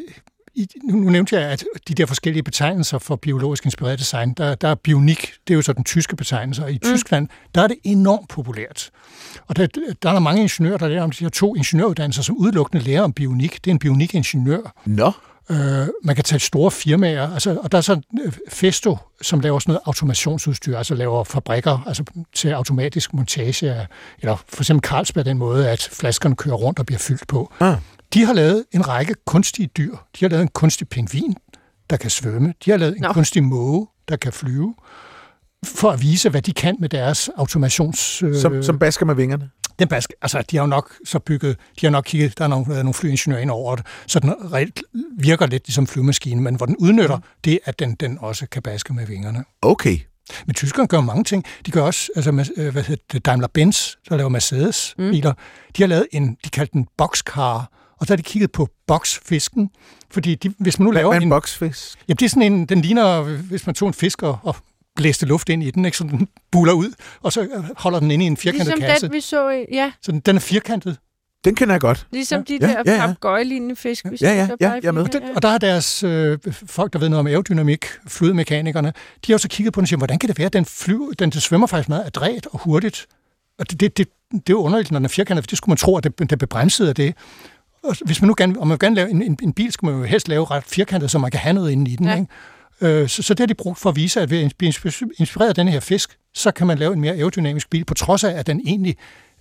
Nu nævnte jeg, at de der forskellige betegnelser for biologisk inspireret design, der er bionik, det er jo så den tyske betegnelse, og i Tyskland, der er det enormt populært. Og der er mange ingeniører, der lærer om de her 2 ingeniøruddannelser, som udelukkende lærer om bionik. Det er en bionikingeniør. Nå. Man kan tage store firmaer, altså, og der er så Festo, som laver sådan noget automationsudstyr, altså laver fabrikker altså til automatisk montage, eller for eksempel Carlsberg den måde, at flaskerne kører rundt og bliver fyldt på. De har lavet en række kunstige dyr. De har lavet en kunstig pingvin, der kan svømme. De har lavet en kunstig måge, der kan flyve, for at vise, hvad de kan med deres automations... Som basker med vingerne? Den basker, altså de har jo nok så bygget, de har nok kigget, der er nogle flyingeniører ind over det, så den reelt virker lidt ligesom flyvemaskine, men hvor den udnytter det, at den også kan baske med vingerne. Okay. Men tyskerne gør mange ting. De gør også, altså Daimler-Benz, der laver Mercedes-biler, de har lavet de kaldte den boxcar, og så har de kigget på boksfisken, fordi hvis man nu laver en boksfisk? Jamen det er sådan den ligner, hvis man tog en fisk og blæste luft ind i den, ikke? Så den buler ud, og så holder den inde i en firkantet ligesom kasse. Den, vi så, ja. Så den er firkantet. Den kender jeg godt. Ligesom de der papegøjelignende fisk, vi jeg er med. Og der har deres folk, der ved noget om aerodynamik, flydemekanikerne, de har jo så kigget på den og siger, hvordan kan det være, at den svømmer faktisk meget adræt og hurtigt. Og det er jo underligt, når den er firkantet, for det skulle man tro, at den bliver bremset af det. Og hvis man nu gerne lave en bil, skal man jo helst lave ret firkantet, så man kan have noget inde i den. Ja. Ikke? Så det har de brugt for at vise, at ved at blive inspireret af den her fisk, så kan man lave en mere aerodynamisk bil, på trods af, at den egentlig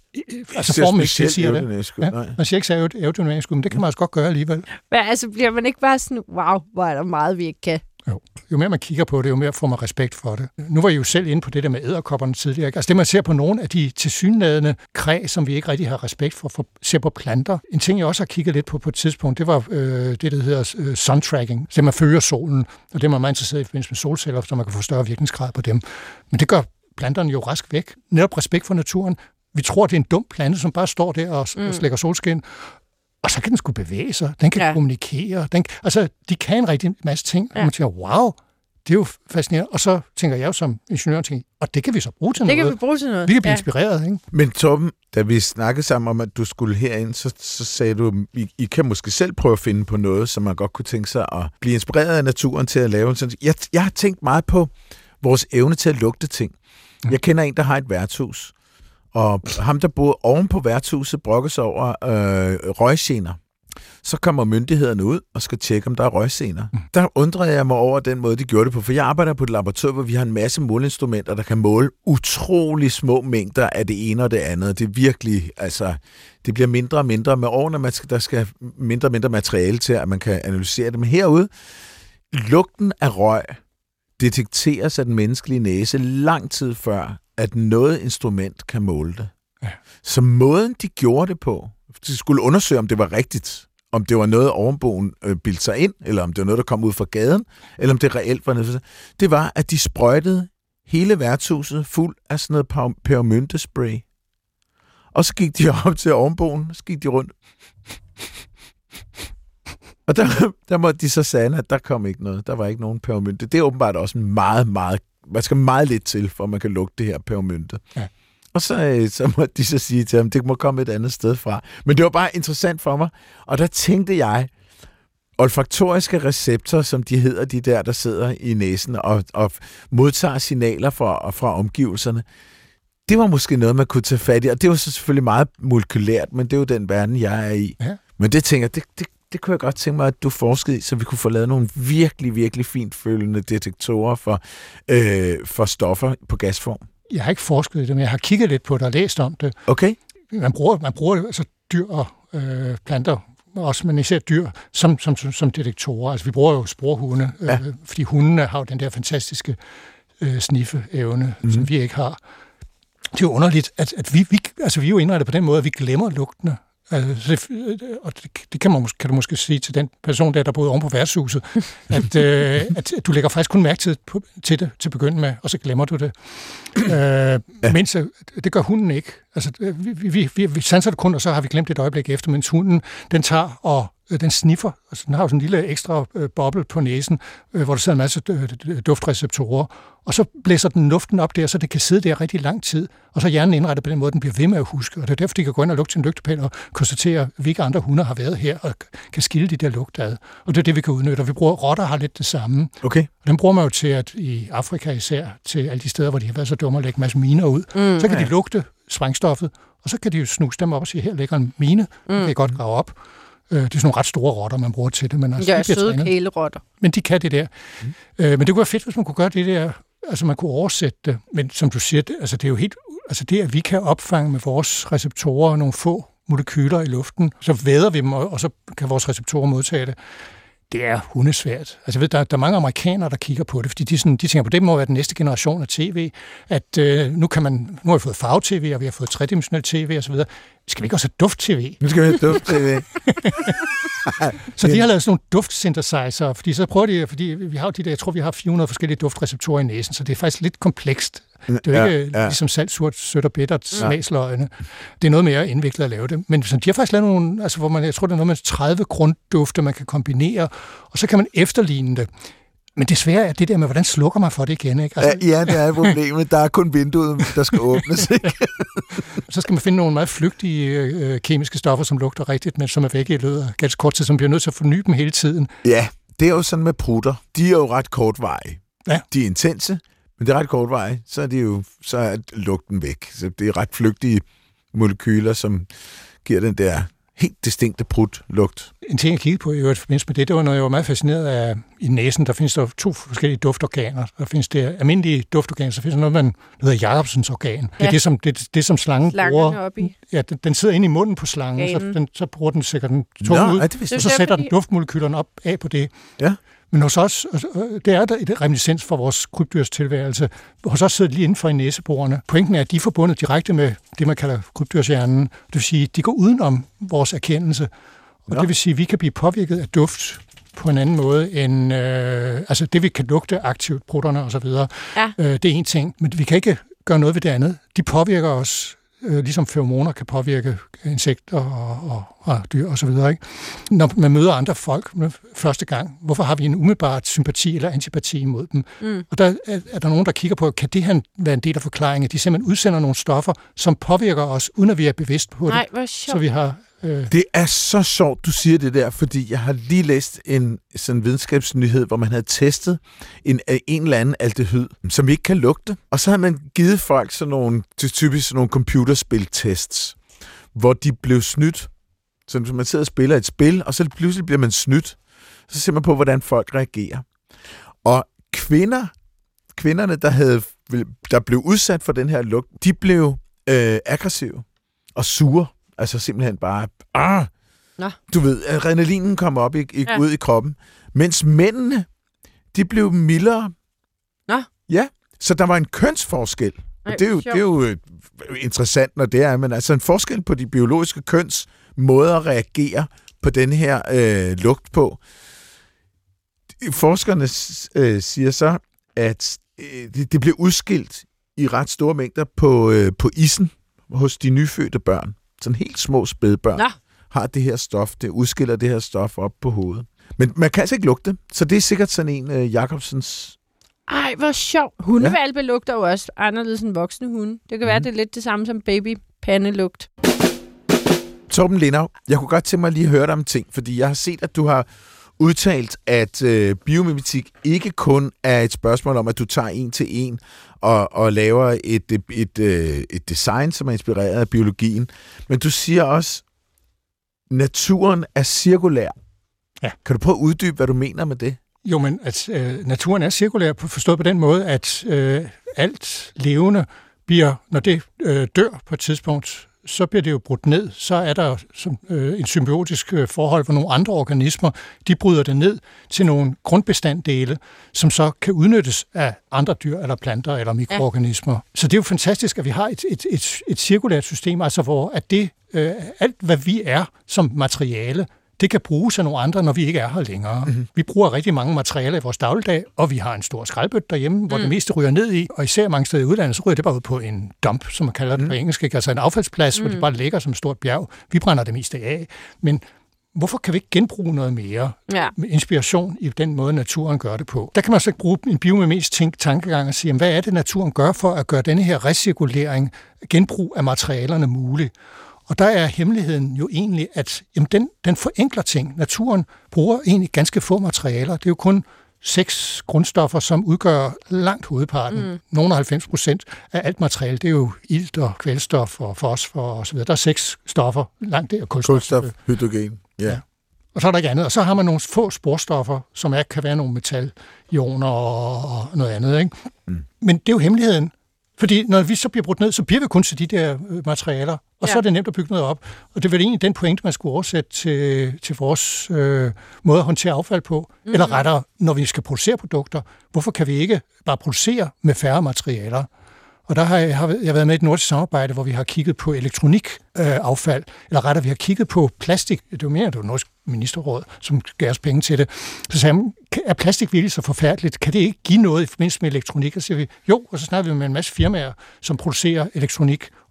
formelt siger det. Ja, man siger ikke så aerodynamisk, men det kan man også godt gøre alligevel. Men altså bliver man ikke bare sådan, wow, hvor er der meget, vi ikke kan? Jo mere man kigger på det, jo mere får man respekt for det. Nu var I jo selv inde på det der med edderkopperne tidligere. Ikke? Altså det, man ser på nogle af de tilsyneladende kræ, som vi ikke rigtig har respekt for ser på planter. En ting, jeg også har kigget lidt på et tidspunkt, det var det, der hedder sun-tracking. Så man følger solen, og det er man meget interesseret i forbindelse med solceller, så man kan få større virkningsgrad på dem. Men det gør planterne jo rask væk. Netop respekt for naturen. Vi tror, det er en dum plante, som bare står der og slækker solskin. Og så kan den sgu bevæge sig. Den kan kommunikere. De kan en rigtig masse ting. Og man tænker, wow, det er jo fascinerende. Og så tænker jeg jo som ingeniør, og det kan vi så bruge til noget. Det kan vi bruge til noget. Vi kan blive inspireret, ikke? Men Torben, da vi snakkede sammen om, at du skulle herind, så sagde du, I kan måske selv prøve at finde på noget, som man godt kunne tænke sig at blive inspireret af naturen til at lave. Jeg har tænkt meget på vores evne til at lugte ting. Jeg kender en, der har et værtshus. Og ham, der bor oven på værtshuset, brokker sig over røggener. Så kommer myndighederne ud og skal tjekke, om der er røggener. Der undrede jeg mig over den måde, de gjorde det på, for jeg arbejder på et laboratorium, hvor vi har en masse måleinstrumenter, der kan måle utrolig små mængder af det ene og det andet. Det er virkelig, det bliver mindre og mindre med årene, der skal mindre og mindre materiale til, at man kan analysere det. Men herude, lugten af røg detekteres af den menneskelige næse lang tid før, at noget instrument kan måle det. Ja. Så måden, de gjorde det på, de skulle undersøge, om det var rigtigt, om det var noget, ovenboen bildte sig ind, eller om det var noget, der kom ud fra gaden, eller om det reelt var noget. Det var, at de sprøjtede hele værtshuset fuld af sådan noget pebermyntespray. Og så gik de op til ovenboen, så gik de rundt. Og der måtte de så sande, at der kom ikke noget. Der var ikke nogen pebermynte. Det er åbenbart også man skal meget lidt til, for at man kan lugte det her pebermynte. Ja. Og så måtte de så sige til ham, det må komme et andet sted fra. Men det var bare interessant for mig. Og der tænkte jeg, olfaktoriske receptorer, som de hedder, de der sidder i næsen og modtager signaler fra omgivelserne, det var måske noget, man kunne tage fat i. Og det var så selvfølgelig meget molekylært, men det er jo den verden, jeg er i. Ja. Men det tænker jeg, det kunne jeg godt tænke mig, at du forskede i, så vi kunne få lavet nogle virkelig, virkelig fint følende detektorer for stoffer på gasform. Jeg har ikke forsket i det, men jeg har kigget lidt på det og læst om det. Okay. Man bruger altså dyr og planter, også, men især dyr, som detektorer. Altså vi bruger jo sporhunde, fordi hundene har jo den der fantastiske sniffe-evne, som vi ikke har. Det er jo underligt, at vi er jo indrettet på den måde, at vi glemmer lugtene. Og det kan du måske sige til den person der boede oven på værtshuset, at du lægger faktisk kun mærke til det til at begynde med, og så glemmer du det. Mens det gør hunden ikke. Altså, vi sanser det kun, og så har vi glemt et øjeblik efter, mens hunden, den tager og den sniffer. Altså, den har jo sådan en lille ekstra boble på næsen, hvor der sidder en masse duftreceptorer, og så blæser den luften op der, så det kan sidde der rigtig lang tid, og så hjernen indrettet på den måde, den bliver ved med at huske, og det er derfor, de kan gå ind og lugte til en lygtepæl og konstatere, hvilke andre hunder har været her, og kan skille de der lugte ad. Og det er det, vi kan udnytte, og vi bruger rotter har lidt det samme. Okay. Og den bruger man jo til, at i Afrika især, til alle de steder, hvor de har været så dumme at lægge en masse miner ud, så kan de lugte sprængstoffet, og så kan de jo snuse dem op og sige, her ligger en mine, det kan godt grave op. Det er sådan nogle ret store rotter, man bruger til det. Men altså, ja, søde kælerotter. Men de kan det der. Men det kunne være fedt, hvis man kunne gøre det der, altså man kunne oversætte det. Men som du siger, det er jo helt, altså det, at vi kan opfange med vores receptorer nogle få molekyler i luften, så væder vi dem, og så kan vores receptorer modtage det. Det er hundesvært. Altså, der er mange amerikanere, der kigger på det, fordi de tænker på, det må være den næste generation af tv, at nu har vi fået farve-tv, og vi har fået tredimensionel tv og så videre. Skal vi ikke også have duft-tv? Nu skal vi have duft-tv. Så de har lavet sådan nogle duftsynthesizer, fordi så prøver de, fordi vi har de der, jeg tror, vi har 400 forskellige duftreceptorer i næsen, så det er faktisk lidt komplekst. Det er jo ikke ligesom salt, surt, sødt og bittert smagsløgene. Det er noget mere indviklet at lave det. Men de har faktisk lavet nogle, altså hvor jeg tror, det er noget med 30 grunddufte, man kan kombinere, og så kan man efterligne det. Men det svære er det der med, hvordan slukker man for det igen, ikke? Altså, Ja, det er problemet. Der er kun vinduet, der skal åbnes, ikke? Så skal man finde nogle meget flygtige kemiske stoffer, som lugter rigtigt, men som er væk i løbet af ganske kort tid, som bliver nødt til at forny dem hele tiden. Ja, det er jo sådan med prutter. De er jo ret kortvarige. Ja. De er intense, men det er ret kortvarige. Så er lugten væk. Så det er ret flygtige molekyler, som giver den der helt distinkte prutlugt. En ting, jeg kiggede på i forbindelse med det var noget, jeg var meget fascineret af i næsen. Der findes der 2 forskellige duftorganer. Der findes det almindelige duftorgan, så findes der noget, der hedder Jacobsens organ. Ja. Det er som slangen bruger. Ja, den sidder inde i munden på slangen, så bruger den sikkert den tunge ud, og så sætter den duftmolekylerne op af på det. Ja. Men hos os, det er der et reminiscens for vores krybdyrs tilværelse. Hos os sidder de lige inden for i næseborene. Pointen er, at de er forbundet direkte med det, man kalder krybdyrshjernen. Det vil sige, at de går udenom vores erkendelse. Og det vil sige, at vi kan blive påvirket af duft på en anden måde end altså det, vi kan lugte aktivt, prutterne osv. Ja. Det er en ting, men vi kan ikke gøre noget ved det andet. De påvirker os, ligesom feromoner kan påvirke insekter og dyr og så videre, ikke? Når man møder andre folk første gang, hvorfor har vi en umiddelbart sympati eller antipati imod dem? Og der er der nogen, der kigger på, kan det her være en del af forklaringen, at de simpelthen udsender nogle stoffer, som påvirker os, uden at vi er bevidst på det. Nej, hvor sjovt. Så vi har Det er så sjovt, du siger det der, fordi jeg har lige læst en sådan videnskabsnyhed, hvor man havde testet en eller anden aldehyd, som ikke kan lugte. Og så havde man givet folk sådan nogle, typisk sådan nogle computerspiltests, hvor de blev snydt. Så man sidder og spiller et spil, og så pludselig bliver man snydt. Så ser man på, hvordan folk reagerer. Og kvinderne, der blev udsat for den her lugt, de blev aggressive og sure. Altså simpelthen bare, du ved, adrenalinen kom op ud i kroppen. Mens mændene, de blev mildere. Nå. Ja, så der var en kønsforskel. Og det er jo interessant, når det er, men altså en forskel på de biologiske køns måder at reagere på den her lugt på. Forskerne siger så, at det blev udskilt i ret store mængder på isen hos de nyfødte børn. Sådan helt små spædbørn har det her stof, det udskiller det her stof op på hovedet. Men man kan altså ikke lugte, så det er sikkert sådan en Jacobsens. Ej, hvor sjovt. Hundevalpe lugter jo også anderledes end voksne hunde. Det kan være, det er lidt det samme som babypandelugt. Torben Lindau, jeg kunne godt tænke mig lige at høre dig om ting, fordi jeg har set, at du har udtalt, at biomimetik ikke kun er et spørgsmål om, at du tager en til en og laver et design, som er inspireret af biologien. Men du siger også, naturen er cirkulær. Ja. Kan du prøve at uddybe, hvad du mener med det? Jo, men at naturen er cirkulær, forstået på den måde, at alt levende bliver, når det dør på et tidspunkt, så bliver det jo brudt ned. Så er der en symbiotisk forhold, hvor nogle andre organismer, de bryder det ned til nogle grundbestanddele, som så kan udnyttes af andre dyr, eller planter, eller mikroorganismer. Ja. Så det er jo fantastisk, at vi har et cirkulært system, altså hvor at det, alt hvad vi er som materiale, det kan bruges af nogle andre, når vi ikke er her længere. Mm-hmm. Vi bruger rigtig mange materialer i vores dagligdag, og vi har en stor skraldbøtte derhjemme, hvor det meste ryger ned i, og især mange steder i udlandet, så ryger det bare ud på en dump, som man kalder det på engelsk, ikke? Altså en affaldsplads, hvor det bare ligger som et stort bjerg. Vi brænder det meste af. Men hvorfor kan vi ikke genbruge noget mere med inspiration i den måde, naturen gør det på? Der kan man så bruge en biomimetisk tankegang og sige, hvad er det, naturen gør for at gøre denne her recirkulering, genbrug af materialerne mulig? Og der er hemmeligheden jo egentlig, at den forenkler ting. Naturen bruger egentlig ganske få materialer. Det er jo kun 6 grundstoffer, som udgør langt hovedparten. Nogle 90% af alt materiale, det er jo ilt og kvælstof og fosfor og så videre. Der er 6 stoffer, langt det er kulstof, hydrogen. Ja. Og så er der ikke andet. Og så har man nogle få sporstoffer, som kan være nogle metalioner og noget andet, ikke? Men det er jo hemmeligheden. Fordi når vi så bliver brudt ned, så bliver vi kun til de der materialer, og så er det nemt at bygge noget op. Og det er vel egentlig den pointe, man skulle oversætte til vores måde at håndtere affald på. Eller rettere, når vi skal producere produkter, hvorfor kan vi ikke bare producere med færre materialer? Og der har jeg været med i et nordisk samarbejde, hvor vi har kigget på elektronikaffald, eller rettere, vi har kigget på plastik. Det var mere, det var Nordisk Ministerråd, som gav os penge til det. Så sagde man, er plastik virkelig så forfærdeligt? Kan det ikke give noget i forbindelse med elektronik? Og så siger vi, jo, og så snakker vi med en masse firmaer, som producerer elektronik,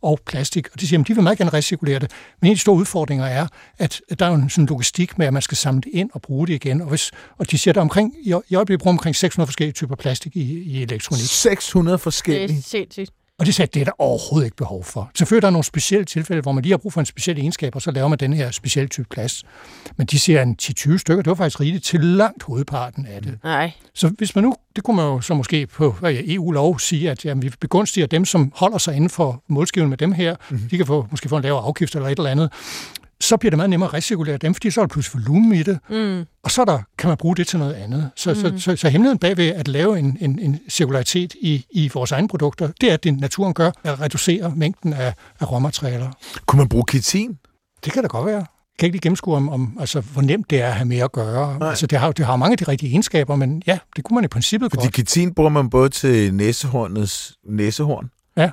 og plastik. Og de siger, at de vil meget gerne recirkulere det. Men en af de store udfordringer er, at der er jo en logistik med, at man skal samle det ind og bruge det igen. Og de siger, at der i øjeblikket bruger omkring 600 forskellige typer plastik i elektronik. 600 forskellige? Det er sindssygt. Og de sagde, at det er der overhovedet ikke behov for. Selvfølgelig er der nogle specielle tilfælde, hvor man lige har brug for en speciel egenskab, og så laver man den her specielle type plast. Men de siger, en 10-20 stykker, det var faktisk rigeligt til langt hovedparten af det. Nej. Så hvis man nu, det kunne man jo så måske på EU-lov sige, at jamen, vi begunstiger dem, som holder sig inden for målskiven med dem her. De kan måske få en lavere afgift eller et eller andet. Så bliver det meget nemmere at recirkulere dem, fordi så er der pludselig volumen i det. Og så kan man bruge det til noget andet. Så hemmeligheden bagved at lave en cirkularitet i vores egne produkter, det er, at det naturen gør, at reducere mængden af råmaterialer. Kunne man bruge kitin? Det kan da godt være. Jeg kan ikke lige gennemskue hvor nemt det er at have med at gøre. Altså, det har mange af de rigtige egenskaber, men ja, det kunne man i princippet godt. Fordi kitin bruger man både til næsehornets næsehorn,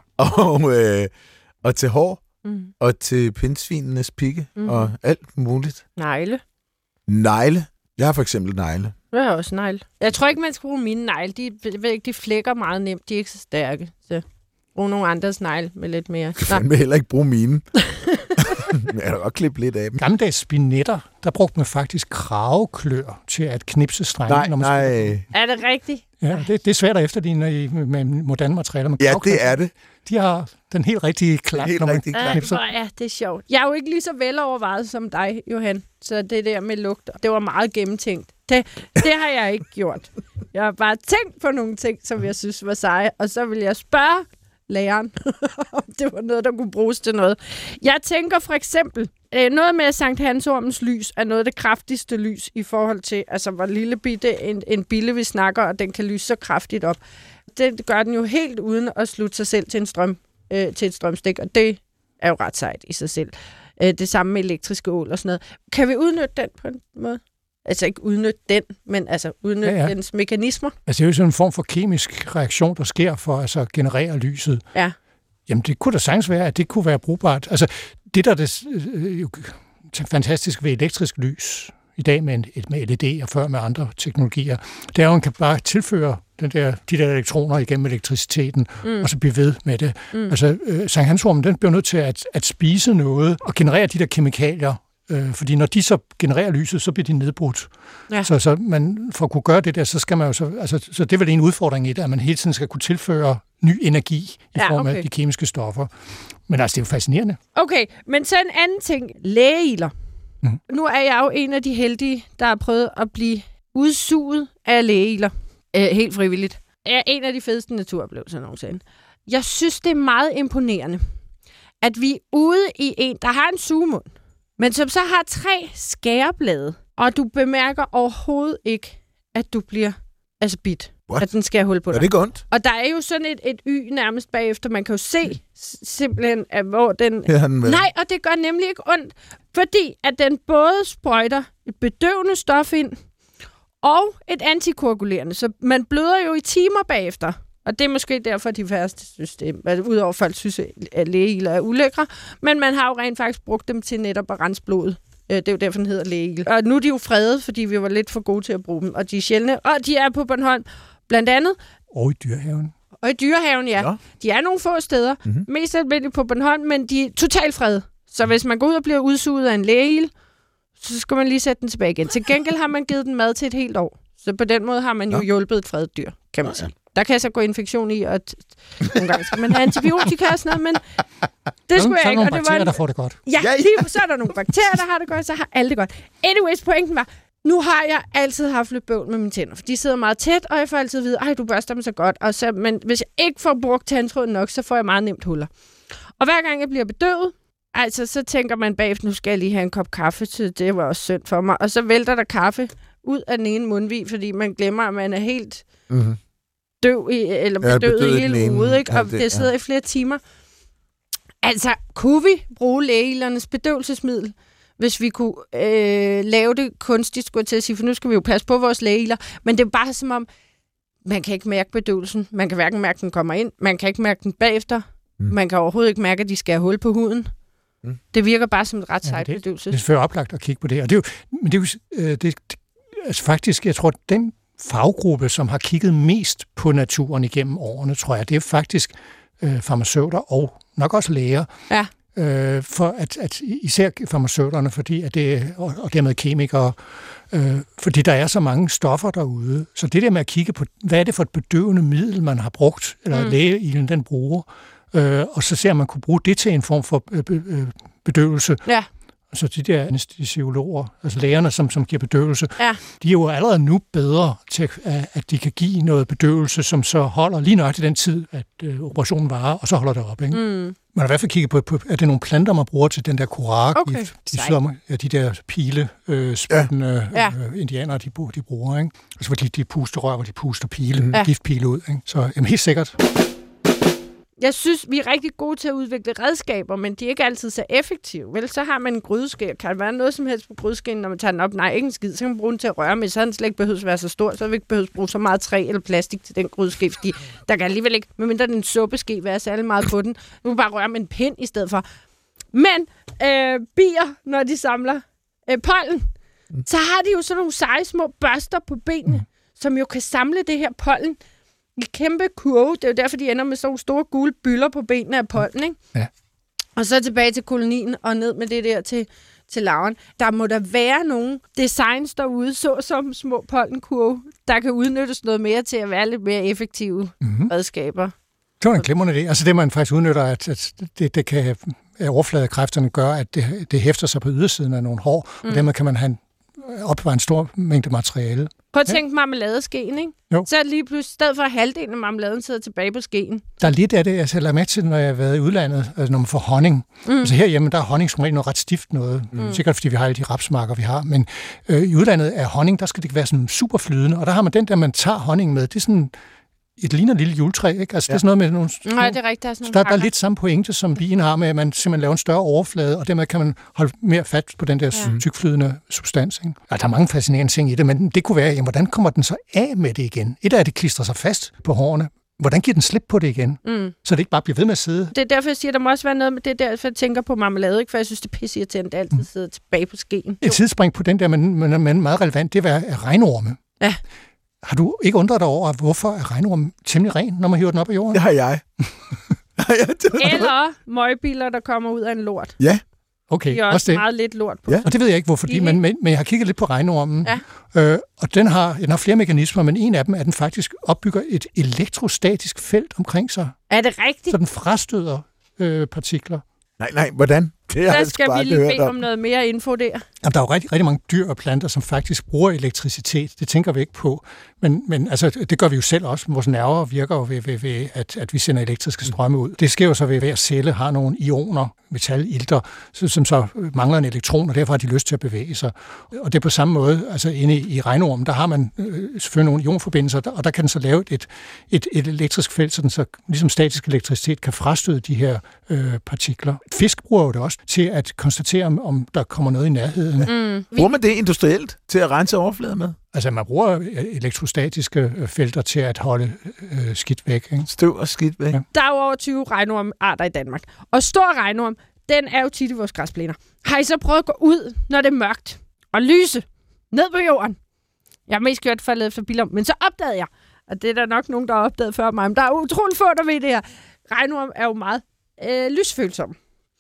og til hår, og til pindsvinenes pigge, og alt muligt. Negle? Jeg har for eksempel negle. Jeg har også negle. Jeg tror ikke, man skal bruge mine negle. De flækker meget nemt. De er ikke så stærke. Så brug nogle andres negle med lidt mere. Jeg kan heller ikke bruge mine. Men jeg kan godt klippe lidt af dem. Gammeldags spinetter, der brugte man faktisk kraveklør til at knipse strenge. Nej. Er det rigtigt? Ja, det er svært at efterligne med moderne materialer. Ja, det er det. De har den helt rigtige klang, når man knipser. Ja, det er sjovt. Jeg er jo ikke lige så velovervejet som dig, Johan. Så det der med lugt, det var meget gennemtænkt. Det har jeg ikke gjort. Jeg har bare tænkt på nogle ting, som jeg synes var seje, og så vil jeg spørge læreren, om det var noget, der kunne bruges til noget. Jeg tænker for eksempel, noget med Sankt Hans Ormens lys er noget af det kraftigste lys i forhold til, altså hvor lille bitte en bille vi snakker, og den kan lyse så kraftigt op. Det gør den jo helt uden at slutte sig selv til til et strømstik, og det er jo ret sejt i sig selv. Det samme med elektriske ål og sådan noget. Kan vi udnytte den på en måde? Altså ikke udnytte den, men altså udnytte dens mekanismer. Altså det er jo sådan en form for kemisk reaktion, der sker for at generere lyset. Ja. Jamen det kunne da sagtens være, at det kunne være brugbart. Altså det der er det fantastiske ved elektrisk lys i dag med LED og før med andre teknologier, det er jo, at man kan bare tilføre de der elektroner igennem elektriciteten, og så blive ved med det. Altså Sankt Hans Ormen, den bliver nødt til at spise noget og generere de der kemikalier, fordi når de så genererer lyset, så bliver de nedbrudt. Ja. Så man, for at kunne gøre det der, så skal man jo så det er vel en udfordring i det, at man hele tiden skal kunne tilføre ny energi i form af de kemiske stoffer. Men altså, det er jo fascinerende. Okay, men så en anden ting. Lægeiler. Nu er jeg jo en af de heldige, der har prøvet at blive udsuget af lægeiler. Helt frivilligt. Er en af de fedeste naturoplevelser nogensinde. Jeg synes, det er meget imponerende, at vi er ude i en, der har en sugemund, men som så har 3 skæreblade, og du bemærker overhovedet ikke, at du bliver bidt. What? At den skal hul på dig. Er det ondt? Og der er jo sådan et y nærmest bagefter. Man kan jo se simpelthen, at hvor den... Nej, og det gør nemlig ikke ondt, fordi at den både sprøjter et bedøvende stof ind, og et antikoagulerende. Så man bløder jo i timer bagefter. Og det er måske derfor, de færreste synes det. Udover folk synes, at lægeiler er ulækre. Men man har jo rent faktisk brugt dem til netop at rense blodet. Det er jo derfor, den hedder lægeigel. Og nu er de jo fredet, fordi vi var lidt for gode til at bruge dem. Og de er sjældne. Og de er på Bornholm, blandt andet. Og i Dyrehaven. Og i Dyrehaven, ja. De er nogle få steder. Mest almindeligt på Bornholm, men de er totalt fredet. Så hvis man går ud og bliver udsuget af en lægeigel, så skal man lige sætte den tilbage igen. Til gengæld har man givet den mad til et helt år. Så på den måde har man jo hjulpet et fredet dyr, kan man sige. Der kan så gå infektion i, og nogle gange skal man have antibiotika og sådan noget, men det skulle jeg ikke. Så er der nogle bakterier, der får det godt. Ja, så er der nogle bakterier, der har det godt, så har alle det godt. Anyways, pointen var, nu har jeg altid haft lidt bøvl med mine tænder, for de sidder meget tæt, og jeg får altid at vide, du børster dem så godt. Men hvis jeg ikke får brugt tandtråden nok, så får jeg meget nemt huller. Og hver gang jeg bliver bedøvet, så tænker man bagefter, nu skal jeg lige have en kop kaffe til, det var også synd for mig. Og så vælter der kaffe ud af den ene mundvig, fordi man glemmer, at man er helt døv eller bedøvet i hele hovedet, ikke? Og det sidder i flere timer. Altså, kunne vi bruge lægeilernes bedøvelsesmiddel, hvis vi kunne lave det kunstigt, skulle jeg til at sige, for nu skal vi jo passe på vores lægeiler, men det er bare som om, man kan ikke mærke bedøvelsen. Man kan hverken mærke, den kommer ind, man kan ikke mærke den bagefter, man kan overhovedet ikke mærke, at de skal have hul på huden. Det virker bare som et ret sejt bedøvelse. Det er selvfølgelig oplagt at kigge på det. Og altså faktisk, jeg tror, den faggruppe, som har kigget mest på naturen igennem årene, tror jeg, det er faktisk farmaceuter og nok også læger, Ja. for at især farmaceuterne, fordi at det, og dermed kemikere, fordi der er så mange stoffer derude. Så det der med at kigge på, hvad er det for et bedøvende middel, man har brugt, eller lægeilden den bruger, og så ser man kunne bruge det til en form for bedøvelse. Ja. Så de der anæstesiologer, altså lægerne, som giver bedøvelse, Ja. de er jo allerede nu bedre til, at de kan give noget bedøvelse, som så holder lige nøjagtigt den tid, at operationen varer, og så holder det op. Ikke? Man har i hvert fald kigget på, er det nogle planter, man bruger til den der korak, de der pilespættende indianere, de bruger. Ikke? Altså fordi de pusterør, hvor de puster giftpile ud. Ikke? Så helt sikkert. Jeg synes, vi er rigtig gode til at udvikle redskaber, men de er ikke altid så effektive. Vel, så har man en grydeske. Kan der være noget som helst på grydeskeen, når man tager den op? Nej, ikke en skid. Så kan man bruge den til at røre med, så den slet ikke behøver at være så stor. Så har vi ikke behøvet at bruge så meget træ eller plastik til den grydeske, fordi der kan alligevel ikke, medmindre den suppeske, være særlig meget på den. Nu kan bare røre med en pind i stedet for. Men bier, når de samler pollen, så har de jo sådan nogle seje små børster på benene, som jo kan samle det her pollen i kæmpe kurve. Det er jo derfor, de ender med sådan nogle store gule bylder på benene af pollen, ikke? Ja. Og så tilbage til kolonien og ned med det der til larven. Der må der være nogle designs derude, såsom små pollenkurve, der kan udnyttes noget mere til at være lidt mere effektive redskaber. Det var en glimrende idé. Altså det, man faktisk udnytter, at det kan overfladekræfterne gøre, at det hæfter sig på ydersiden af nogle hår, og dermed kan man opbevare en stor mængde materiale. Prøv at tænke marmeladeskeen, ikke? Jo. Så er det lige pludselig, i stedet for halvdelen af marmeladen sidder tilbage på skeen. Der er lidt af det, jeg lader med til, når jeg har været i udlandet, altså når man får honning. Altså herhjemme, der er honning som regel noget ret stift noget. Sikkert fordi vi har alle de rapsmarker, vi har. Men i udlandet er honning, der skal det ikke være sådan super flydende. Og der har man den der, man tager honning med. Det er sådan et ligner lille juletræ, ikke? Altså det er sådan noget med nogle... Nej, det er rigtigt. Der er lidt samme pointe, som bien har med, at man simpelthen laver en større overflade, og dermed kan man holde mere fat på den der tykflydende substans. Ikke? Der er mange fascinerende ting i det, men det kunne være, jamen, hvordan kommer den så af med det igen? Et af det klistrer sig fast på hårene. Hvordan giver den slip på det igen? Så det ikke bare bliver ved med at sidde? Det er derfor, jeg siger, der må også være noget med det, derfor jeg tænker på marmelade, ikke? For jeg synes, det er pisseirriterende, at det altid sidder tilbage på skeen. Et tidsspring på den der, men meget relevant, det er regnorme. Ja. Har du ikke undret dig over, hvorfor er regnormen temmelig ren, når man hiver den op af jorden? Det har jeg. Eller møgbiler, der kommer ud af en lort. Ja. Okay, de er også meget lidt lort på. Ja. Og det ved jeg ikke, hvorfor, men jeg har kigget lidt på regnormen, og den har flere mekanismer, men en af dem er, at den faktisk opbygger et elektrostatisk felt omkring sig. Er det rigtigt? Så den frastøder partikler. Nej, hvordan? Der skal vi lige bede om noget mere info der. Jamen, der er jo rigtig, rigtig mange dyr og planter, som faktisk bruger elektricitet. Det tænker vi ikke på. Men altså, det gør vi jo selv også. Vores nerver virker jo ved at vi sender elektriske strømme ud. Det sker jo så ved, at hver celle har nogle ioner, metalilter, som så mangler en elektron, og derfor har de lyst til at bevæge sig. Og det er på samme måde, altså inde i regnormen, der har man selvfølgelig nogle ionforbindelser, og der kan den så lave et elektrisk felt, så den så ligesom statisk elektricitet kan frastøde de her partikler. Fisk bruger jo det også til at konstatere, om der kommer noget i nærheden. Bruger man det industrielt til at rense overfladen med? Altså, man bruger elektrostatiske felter til at holde skidt væk. Ikke? Støv og skidt væk. Ja. Der er jo over 20 regnormarter i Danmark. Og stor regnorm, den er jo tit i vores græsplæner. Har I så prøvet at gå ud, når det er mørkt, og lyse ned på jorden? Jeg har mest gjort faldet efter biler, men så opdagede jeg, og det er der nok nogen, der har opdaget før mig, men der er utroligt få, der ved det her. Regnorm er jo meget lysfølsom.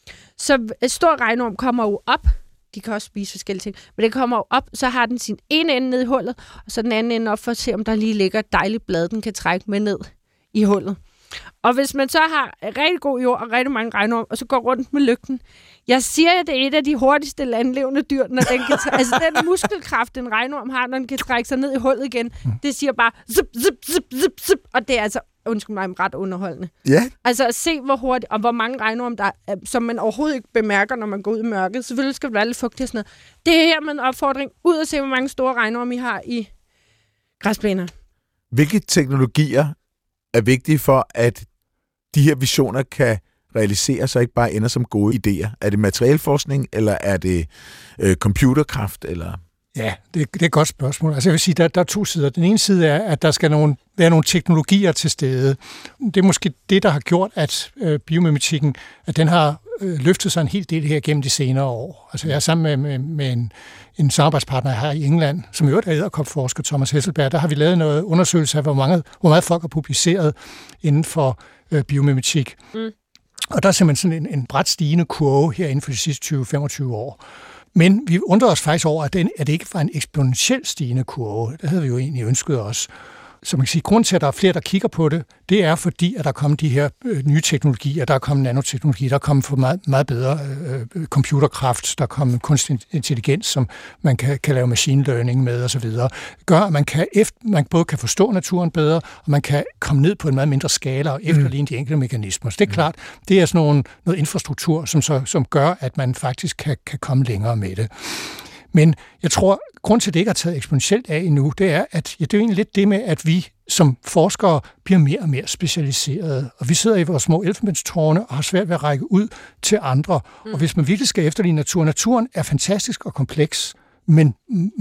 Så et stor regnorm kommer jo op. De kan også spise forskellige ting. Men det kommer jo op, så har den sin ene ende ned i hullet, og så den anden ende op for at se, om der lige ligger et dejligt blad, den kan trække med ned i hullet. Og hvis man så har rigtig god jord og rigtig mange regnorm, og så går rundt med lygten, jeg siger, at det er et af de hurtigste landlevende dyr, når den kan altså den muskelkraft, den regnorm har, når den kan trække sig ned i hullet igen, det siger bare zip, zip, zip, zip, zip, og det er altså undskyld mig, ret underholdende. Ja. Altså at se, hvor hurtigt, og hvor mange regnorm der er, som man overhovedet ikke bemærker, når man går ud i mørket. Selvfølgelig skal det være lidt fugtigt og sådan noget. Det er her med en opfordring. Ud og se, hvor mange store regnorm I har i græsplæner. Hvilke teknologier er vigtige for, at de her visioner kan realiseres og ikke bare ender som gode idéer? Er det materialforskning, eller er det computerkraft, eller... Ja, det er et godt spørgsmål. Altså jeg vil sige, der er to sider. Den ene side er, at der skal være nogle teknologier til stede. Det er måske det, der har gjort, at biomimetikken, at den har løftet sig en hel del her gennem de senere år. Altså jeg er sammen med en samarbejdspartner her i England, som i øvrigt er edderkopforsker, Thomas Hesselberg. Der har vi lavet noget undersøgelse af, hvor meget folk har publiceret inden for biomimetik. Og der er simpelthen sådan en brat stigende kurve her inden for de sidste 20-25 år. Men vi undrer os faktisk over, at det ikke var en eksponentielt stigende kurve. Det havde vi jo egentlig ønsket os. Så man kan sige, at grunden til, at der er flere, der kigger på det, det er fordi, at der er kommet de her nye teknologier, der er kommet nanoteknologi, der er kommet for meget, meget bedre computerkraft, der er kommet kunstig intelligens, som man kan lave machine learning med osv. Gør, at man både kan forstå naturen bedre, og man kan komme ned på en meget mindre skala og efterligne de enkelte mekanismer. Så det er klart, det er sådan noget infrastruktur, som gør, at man faktisk kan komme længere med det. Men jeg tror, grund til, at det ikke har taget eksponentielt af endnu, det er, at det er jo egentlig lidt det med, at vi som forskere bliver mere og mere specialiserede. Og vi sidder i vores små elfenbenstårne og har svært ved at række ud til andre. Og hvis man virkelig skal efterligne naturen er fantastisk og kompleks, men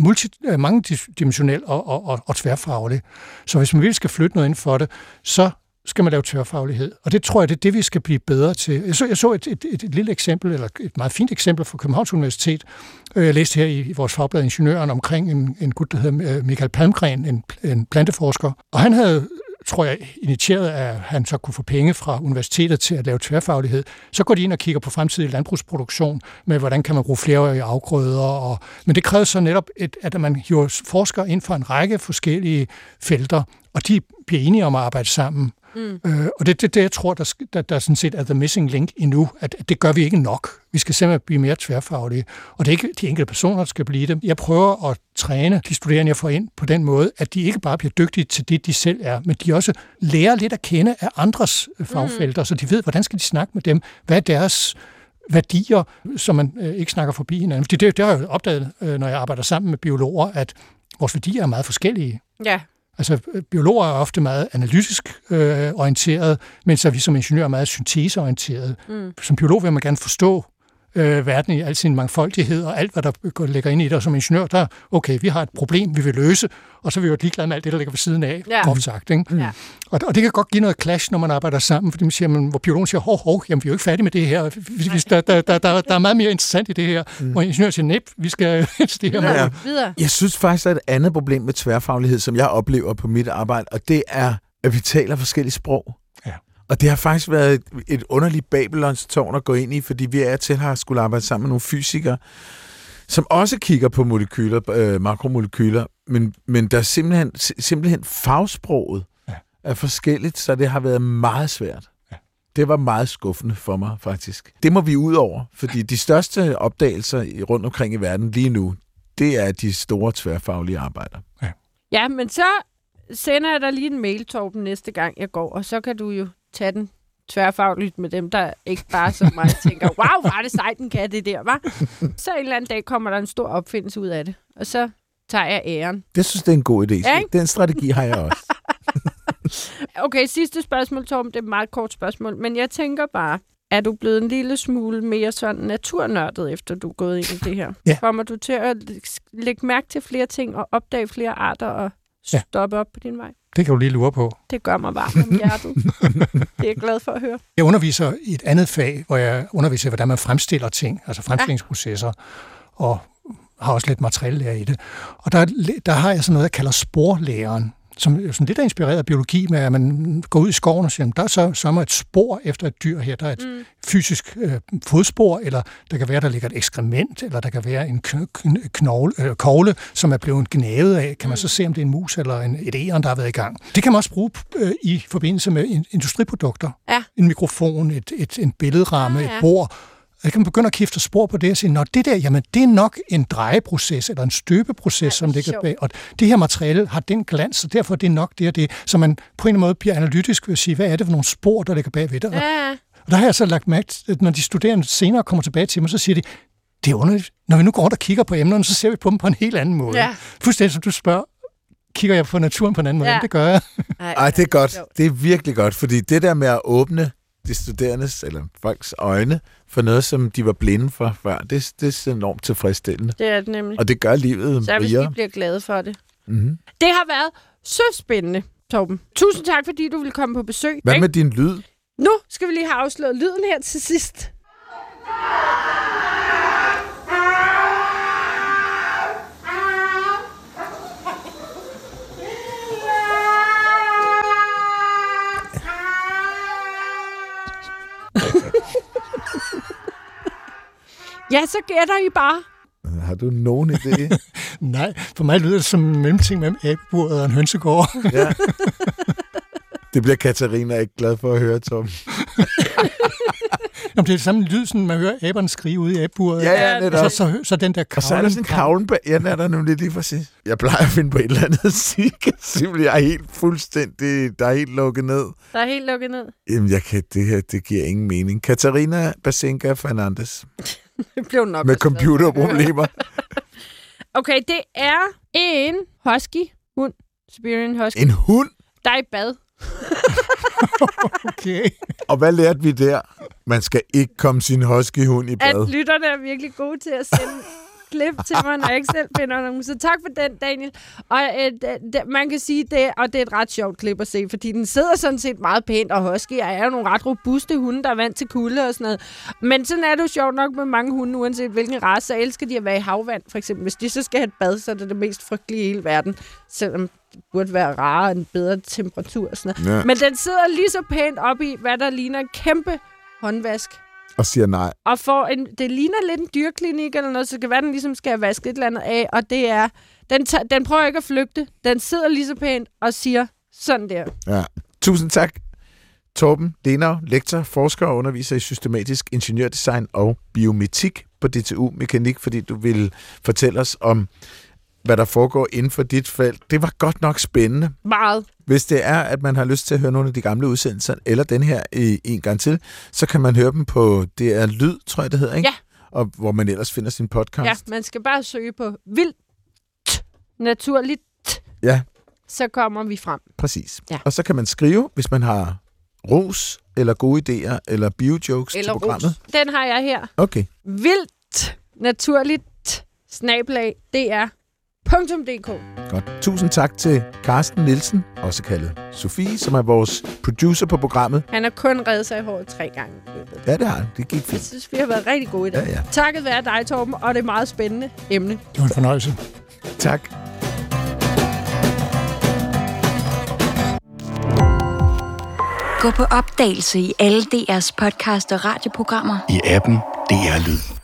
mangedimensionel og tværfaglig. Så hvis man virkelig skal flytte noget inden for det, så skal man lave tværfaglighed. Og det tror jeg, det er det, vi skal blive bedre til. Jeg så et lille eksempel, eller et meget fint eksempel fra Københavns Universitet. Jeg læste her i vores fagblad Ingeniøren omkring en gut, der hedder Michael Palmgren, en planteforsker. Og han havde, tror jeg, initieret, at han så kunne få penge fra universitetet til at lave tværfaglighed. Så går de ind og kigger på fremtidig landbrugsproduktion med, hvordan kan man bruge flereårige afgrøder. Men det krævede så netop, at man hiver forskere ind fra en række forskellige felter, og de bliver enige om at arbejde sammen. Og det jeg tror, der sådan set er the missing link endnu, at det gør vi ikke nok. Vi skal simpelthen blive mere tværfaglige. Og det er ikke de enkelte personer, der skal blive det. Jeg prøver at træne de studerende, jeg får ind på den måde, at de ikke bare bliver dygtige til det, de selv er, men de også lærer lidt at kende af andres fagfelter, så de ved, hvordan skal de snakke med dem, hvad er deres værdier, som man ikke snakker forbi hinanden. Fordi det har jeg jo opdaget, når jeg arbejder sammen med biologer, at vores værdier er meget forskellige. Ja. Altså, biologer er ofte meget analytisk orienteret, mens vi som ingeniører er meget synteseorienteret. Som biolog vil man gerne forstå verden i al sin mangfoldighed, og alt, hvad der ligger ind i det. Og som ingeniør, vi har et problem, vi vil løse, og så er vi jo ligeglade med alt det, der ligger ved siden af, groft sagt. Ikke? Ja. Og det kan godt give noget clash, når man arbejder sammen, fordi man siger, hvor biologen siger, jamen, vi er jo ikke færdige med det her. Der er meget mere interessant i det her. Og ingeniøren siger, vi skal det her videre. Jeg synes faktisk, der er et andet problem med tværfaglighed, som jeg oplever på mit arbejde, og det er, at vi taler forskellige sprog. Ja. Og det har faktisk været et underligt Babylons tårn at gå ind i, fordi vi har skulle arbejde sammen med nogle fysikere, som også kigger på molekyler, makromolekyler, men der er simpelthen fagsproget er forskelligt, så det har været meget svært. Ja. Det var meget skuffende for mig, faktisk. Det må vi ud over, fordi de største opdagelser rundt omkring i verden lige nu, det er de store tværfaglige arbejder. Ja, men så sender jeg dig lige en mail, Torben, næste gang jeg går, og så kan du jo tage den tværfagligt med dem, der ikke bare som mig tænker, wow, var det sejt, den kan det der, hva'? Så en eller anden dag kommer der en stor opfindelse ud af det, og så tager jeg æren. Det synes det er en god idé. Ja, den strategi har jeg også. Okay, sidste spørgsmål, Torben, det er et meget kort spørgsmål, men jeg tænker bare, er du blevet en lille smule mere sådan naturnørdet, efter du er gået ind i det her? Ja. Kommer du til at lægge mærke til flere ting og opdage flere arter og stoppe op på din vej? Det kan du lige lure på. Det gør mig varmt om hjertet. Det er jeg glad for at høre. Jeg underviser i et andet fag, hvor jeg underviser, hvordan man fremstiller ting, altså fremstillingsprocesser, og har også lidt materiellære i det. Og der har jeg sådan noget, jeg kalder sporlæren, som sådan lidt er inspireret af biologi, med at man går ud i skoven og siger, der er så et spor efter et dyr her. Der er et fysisk fodspor, eller der kan være, der ligger et ekskrement, eller der kan være en kogle, som er blevet gnavet af. Kan man så se, om det er en mus eller et egern, der har været i gang. Det kan man også bruge i forbindelse med industriprodukter. Ja. En mikrofon, en billedramme, et bord. Jeg kan begynde at kifte spor på det og sige, det der, jamen det er nok en drejeproces eller en støbeproces, som ligger bag. Og det her materiale har den glans, så derfor er det nok det og det. Så man på en måde bliver analytisk ved at sige, hvad er det for nogle spor, der ligger bagved det? Og der har jeg så lagt mærke til, at når de studerende senere kommer tilbage til mig, så siger de, det er underligt. Når vi nu går rundt og kigger på emnerne, så ser vi på dem på en helt anden måde. Ja. Fuldstændig som du spørger, kigger jeg på naturen på en anden måde? Ja. Det gør jeg. Ej, det er godt. Det er virkelig godt, fordi det der med at åbne de studerendes eller folks øjne for noget, som de var blinde for før, det er enormt tilfredsstillende. Det er det nemlig. Og det gør livet rigere. Så hvis vi bliver glade for det. Mm-hmm. Det har været så spændende, Torben. Tusind tak, fordi du ville komme på besøg. Hvad med din lyd? Nu skal vi lige have afsløret lyden her til sidst. Ja, så gætter I bare. Har du nogen idé? Nej, for mig lyder det som en mellemting mellem abeburet og en hønsegård. Ja. Det bliver Katarina ikke glad for at høre, Tom. Jamen, det er det samme lyd, som man hører aberne skrige ude i abeburet. Ja, netop. Så den der kravlen... Og så er der sådan en kravlen bag. Ja, den er der nemlig lige præcis. Jeg plejer at finde på et eller andet simpelthen, jeg er helt fuldstændig... Der er helt lukket ned. Der er helt lukket ned. Jamen, det her, det giver ingen mening. Katarina Basenka Fernandes. Det blev nok med computerproblemer. Okay, det er en husky-hund. Siberian husky. En hund? Der er i bad. Okay. Og hvad lærte vi der? Man skal ikke komme sin husky-hund i bad. At lytterne er virkelig gode til at sende klip til mig, når jeg ikke selv finder nogen. Så tak for den, Daniel. Og man kan sige det, og det er et ret sjovt klip at se, fordi den sidder sådan set meget pænt, og husky er jo nogle ret robuste hunde, der er vant til kulde og sådan noget. Men sådan er det jo sjovt nok med mange hunde, uanset hvilken race, så elsker de at være i havvand, for eksempel. Hvis de så skal have et bad, så er det det mest frygtelige i hele verden, selvom det burde være rarere og en bedre temperatur og sådan noget. Ja. Men den sidder lige så pænt op i, hvad der ligner en kæmpe håndvask. Og siger nej. Og det ligner lidt en dyrklinik eller noget, så det kan være, den ligesom skal have vasket et eller andet af, og det er, den prøver ikke at flygte. Den sidder lige så pænt og siger sådan der. Ja. Tusind tak, Torben Lenau, lektor, forsker og underviser i systematisk ingeniørdesign og biometik på DTU Mekanik, fordi du ville fortælle os om, hvad der foregår inden for dit felt. Det var godt nok spændende. Meget. Hvis det er, at man har lyst til at høre nogle af de gamle udsendelser, eller den her en gang til, så kan man høre dem på DR Lyd, tror jeg det hedder, ikke? Ja. Og hvor man ellers finder sin podcast. Ja, man skal bare søge på vildt, naturligt. Ja. Så kommer vi frem. Præcis. Ja. Og så kan man skrive, hvis man har ros, eller gode idéer, eller biojokes eller til programmet. Ros. Den har jeg her. Okay. Vildt, naturligt, /dr.dk. Godt. Tusind tak til Carsten Nielsen, også kaldet Sofie, som er vores producer på programmet. Han har kun reddet sig i håret 3 gange. Ja, det har han. Det gik fint. Jeg synes, vi har været rigtig gode i dag. Ja. Takket være dig, Torben, og det er meget spændende emne. Det var en fornøjelse. Tak. Gå på opdagelse i alle DR's podcast og radioprogrammer. I appen DR Lyd.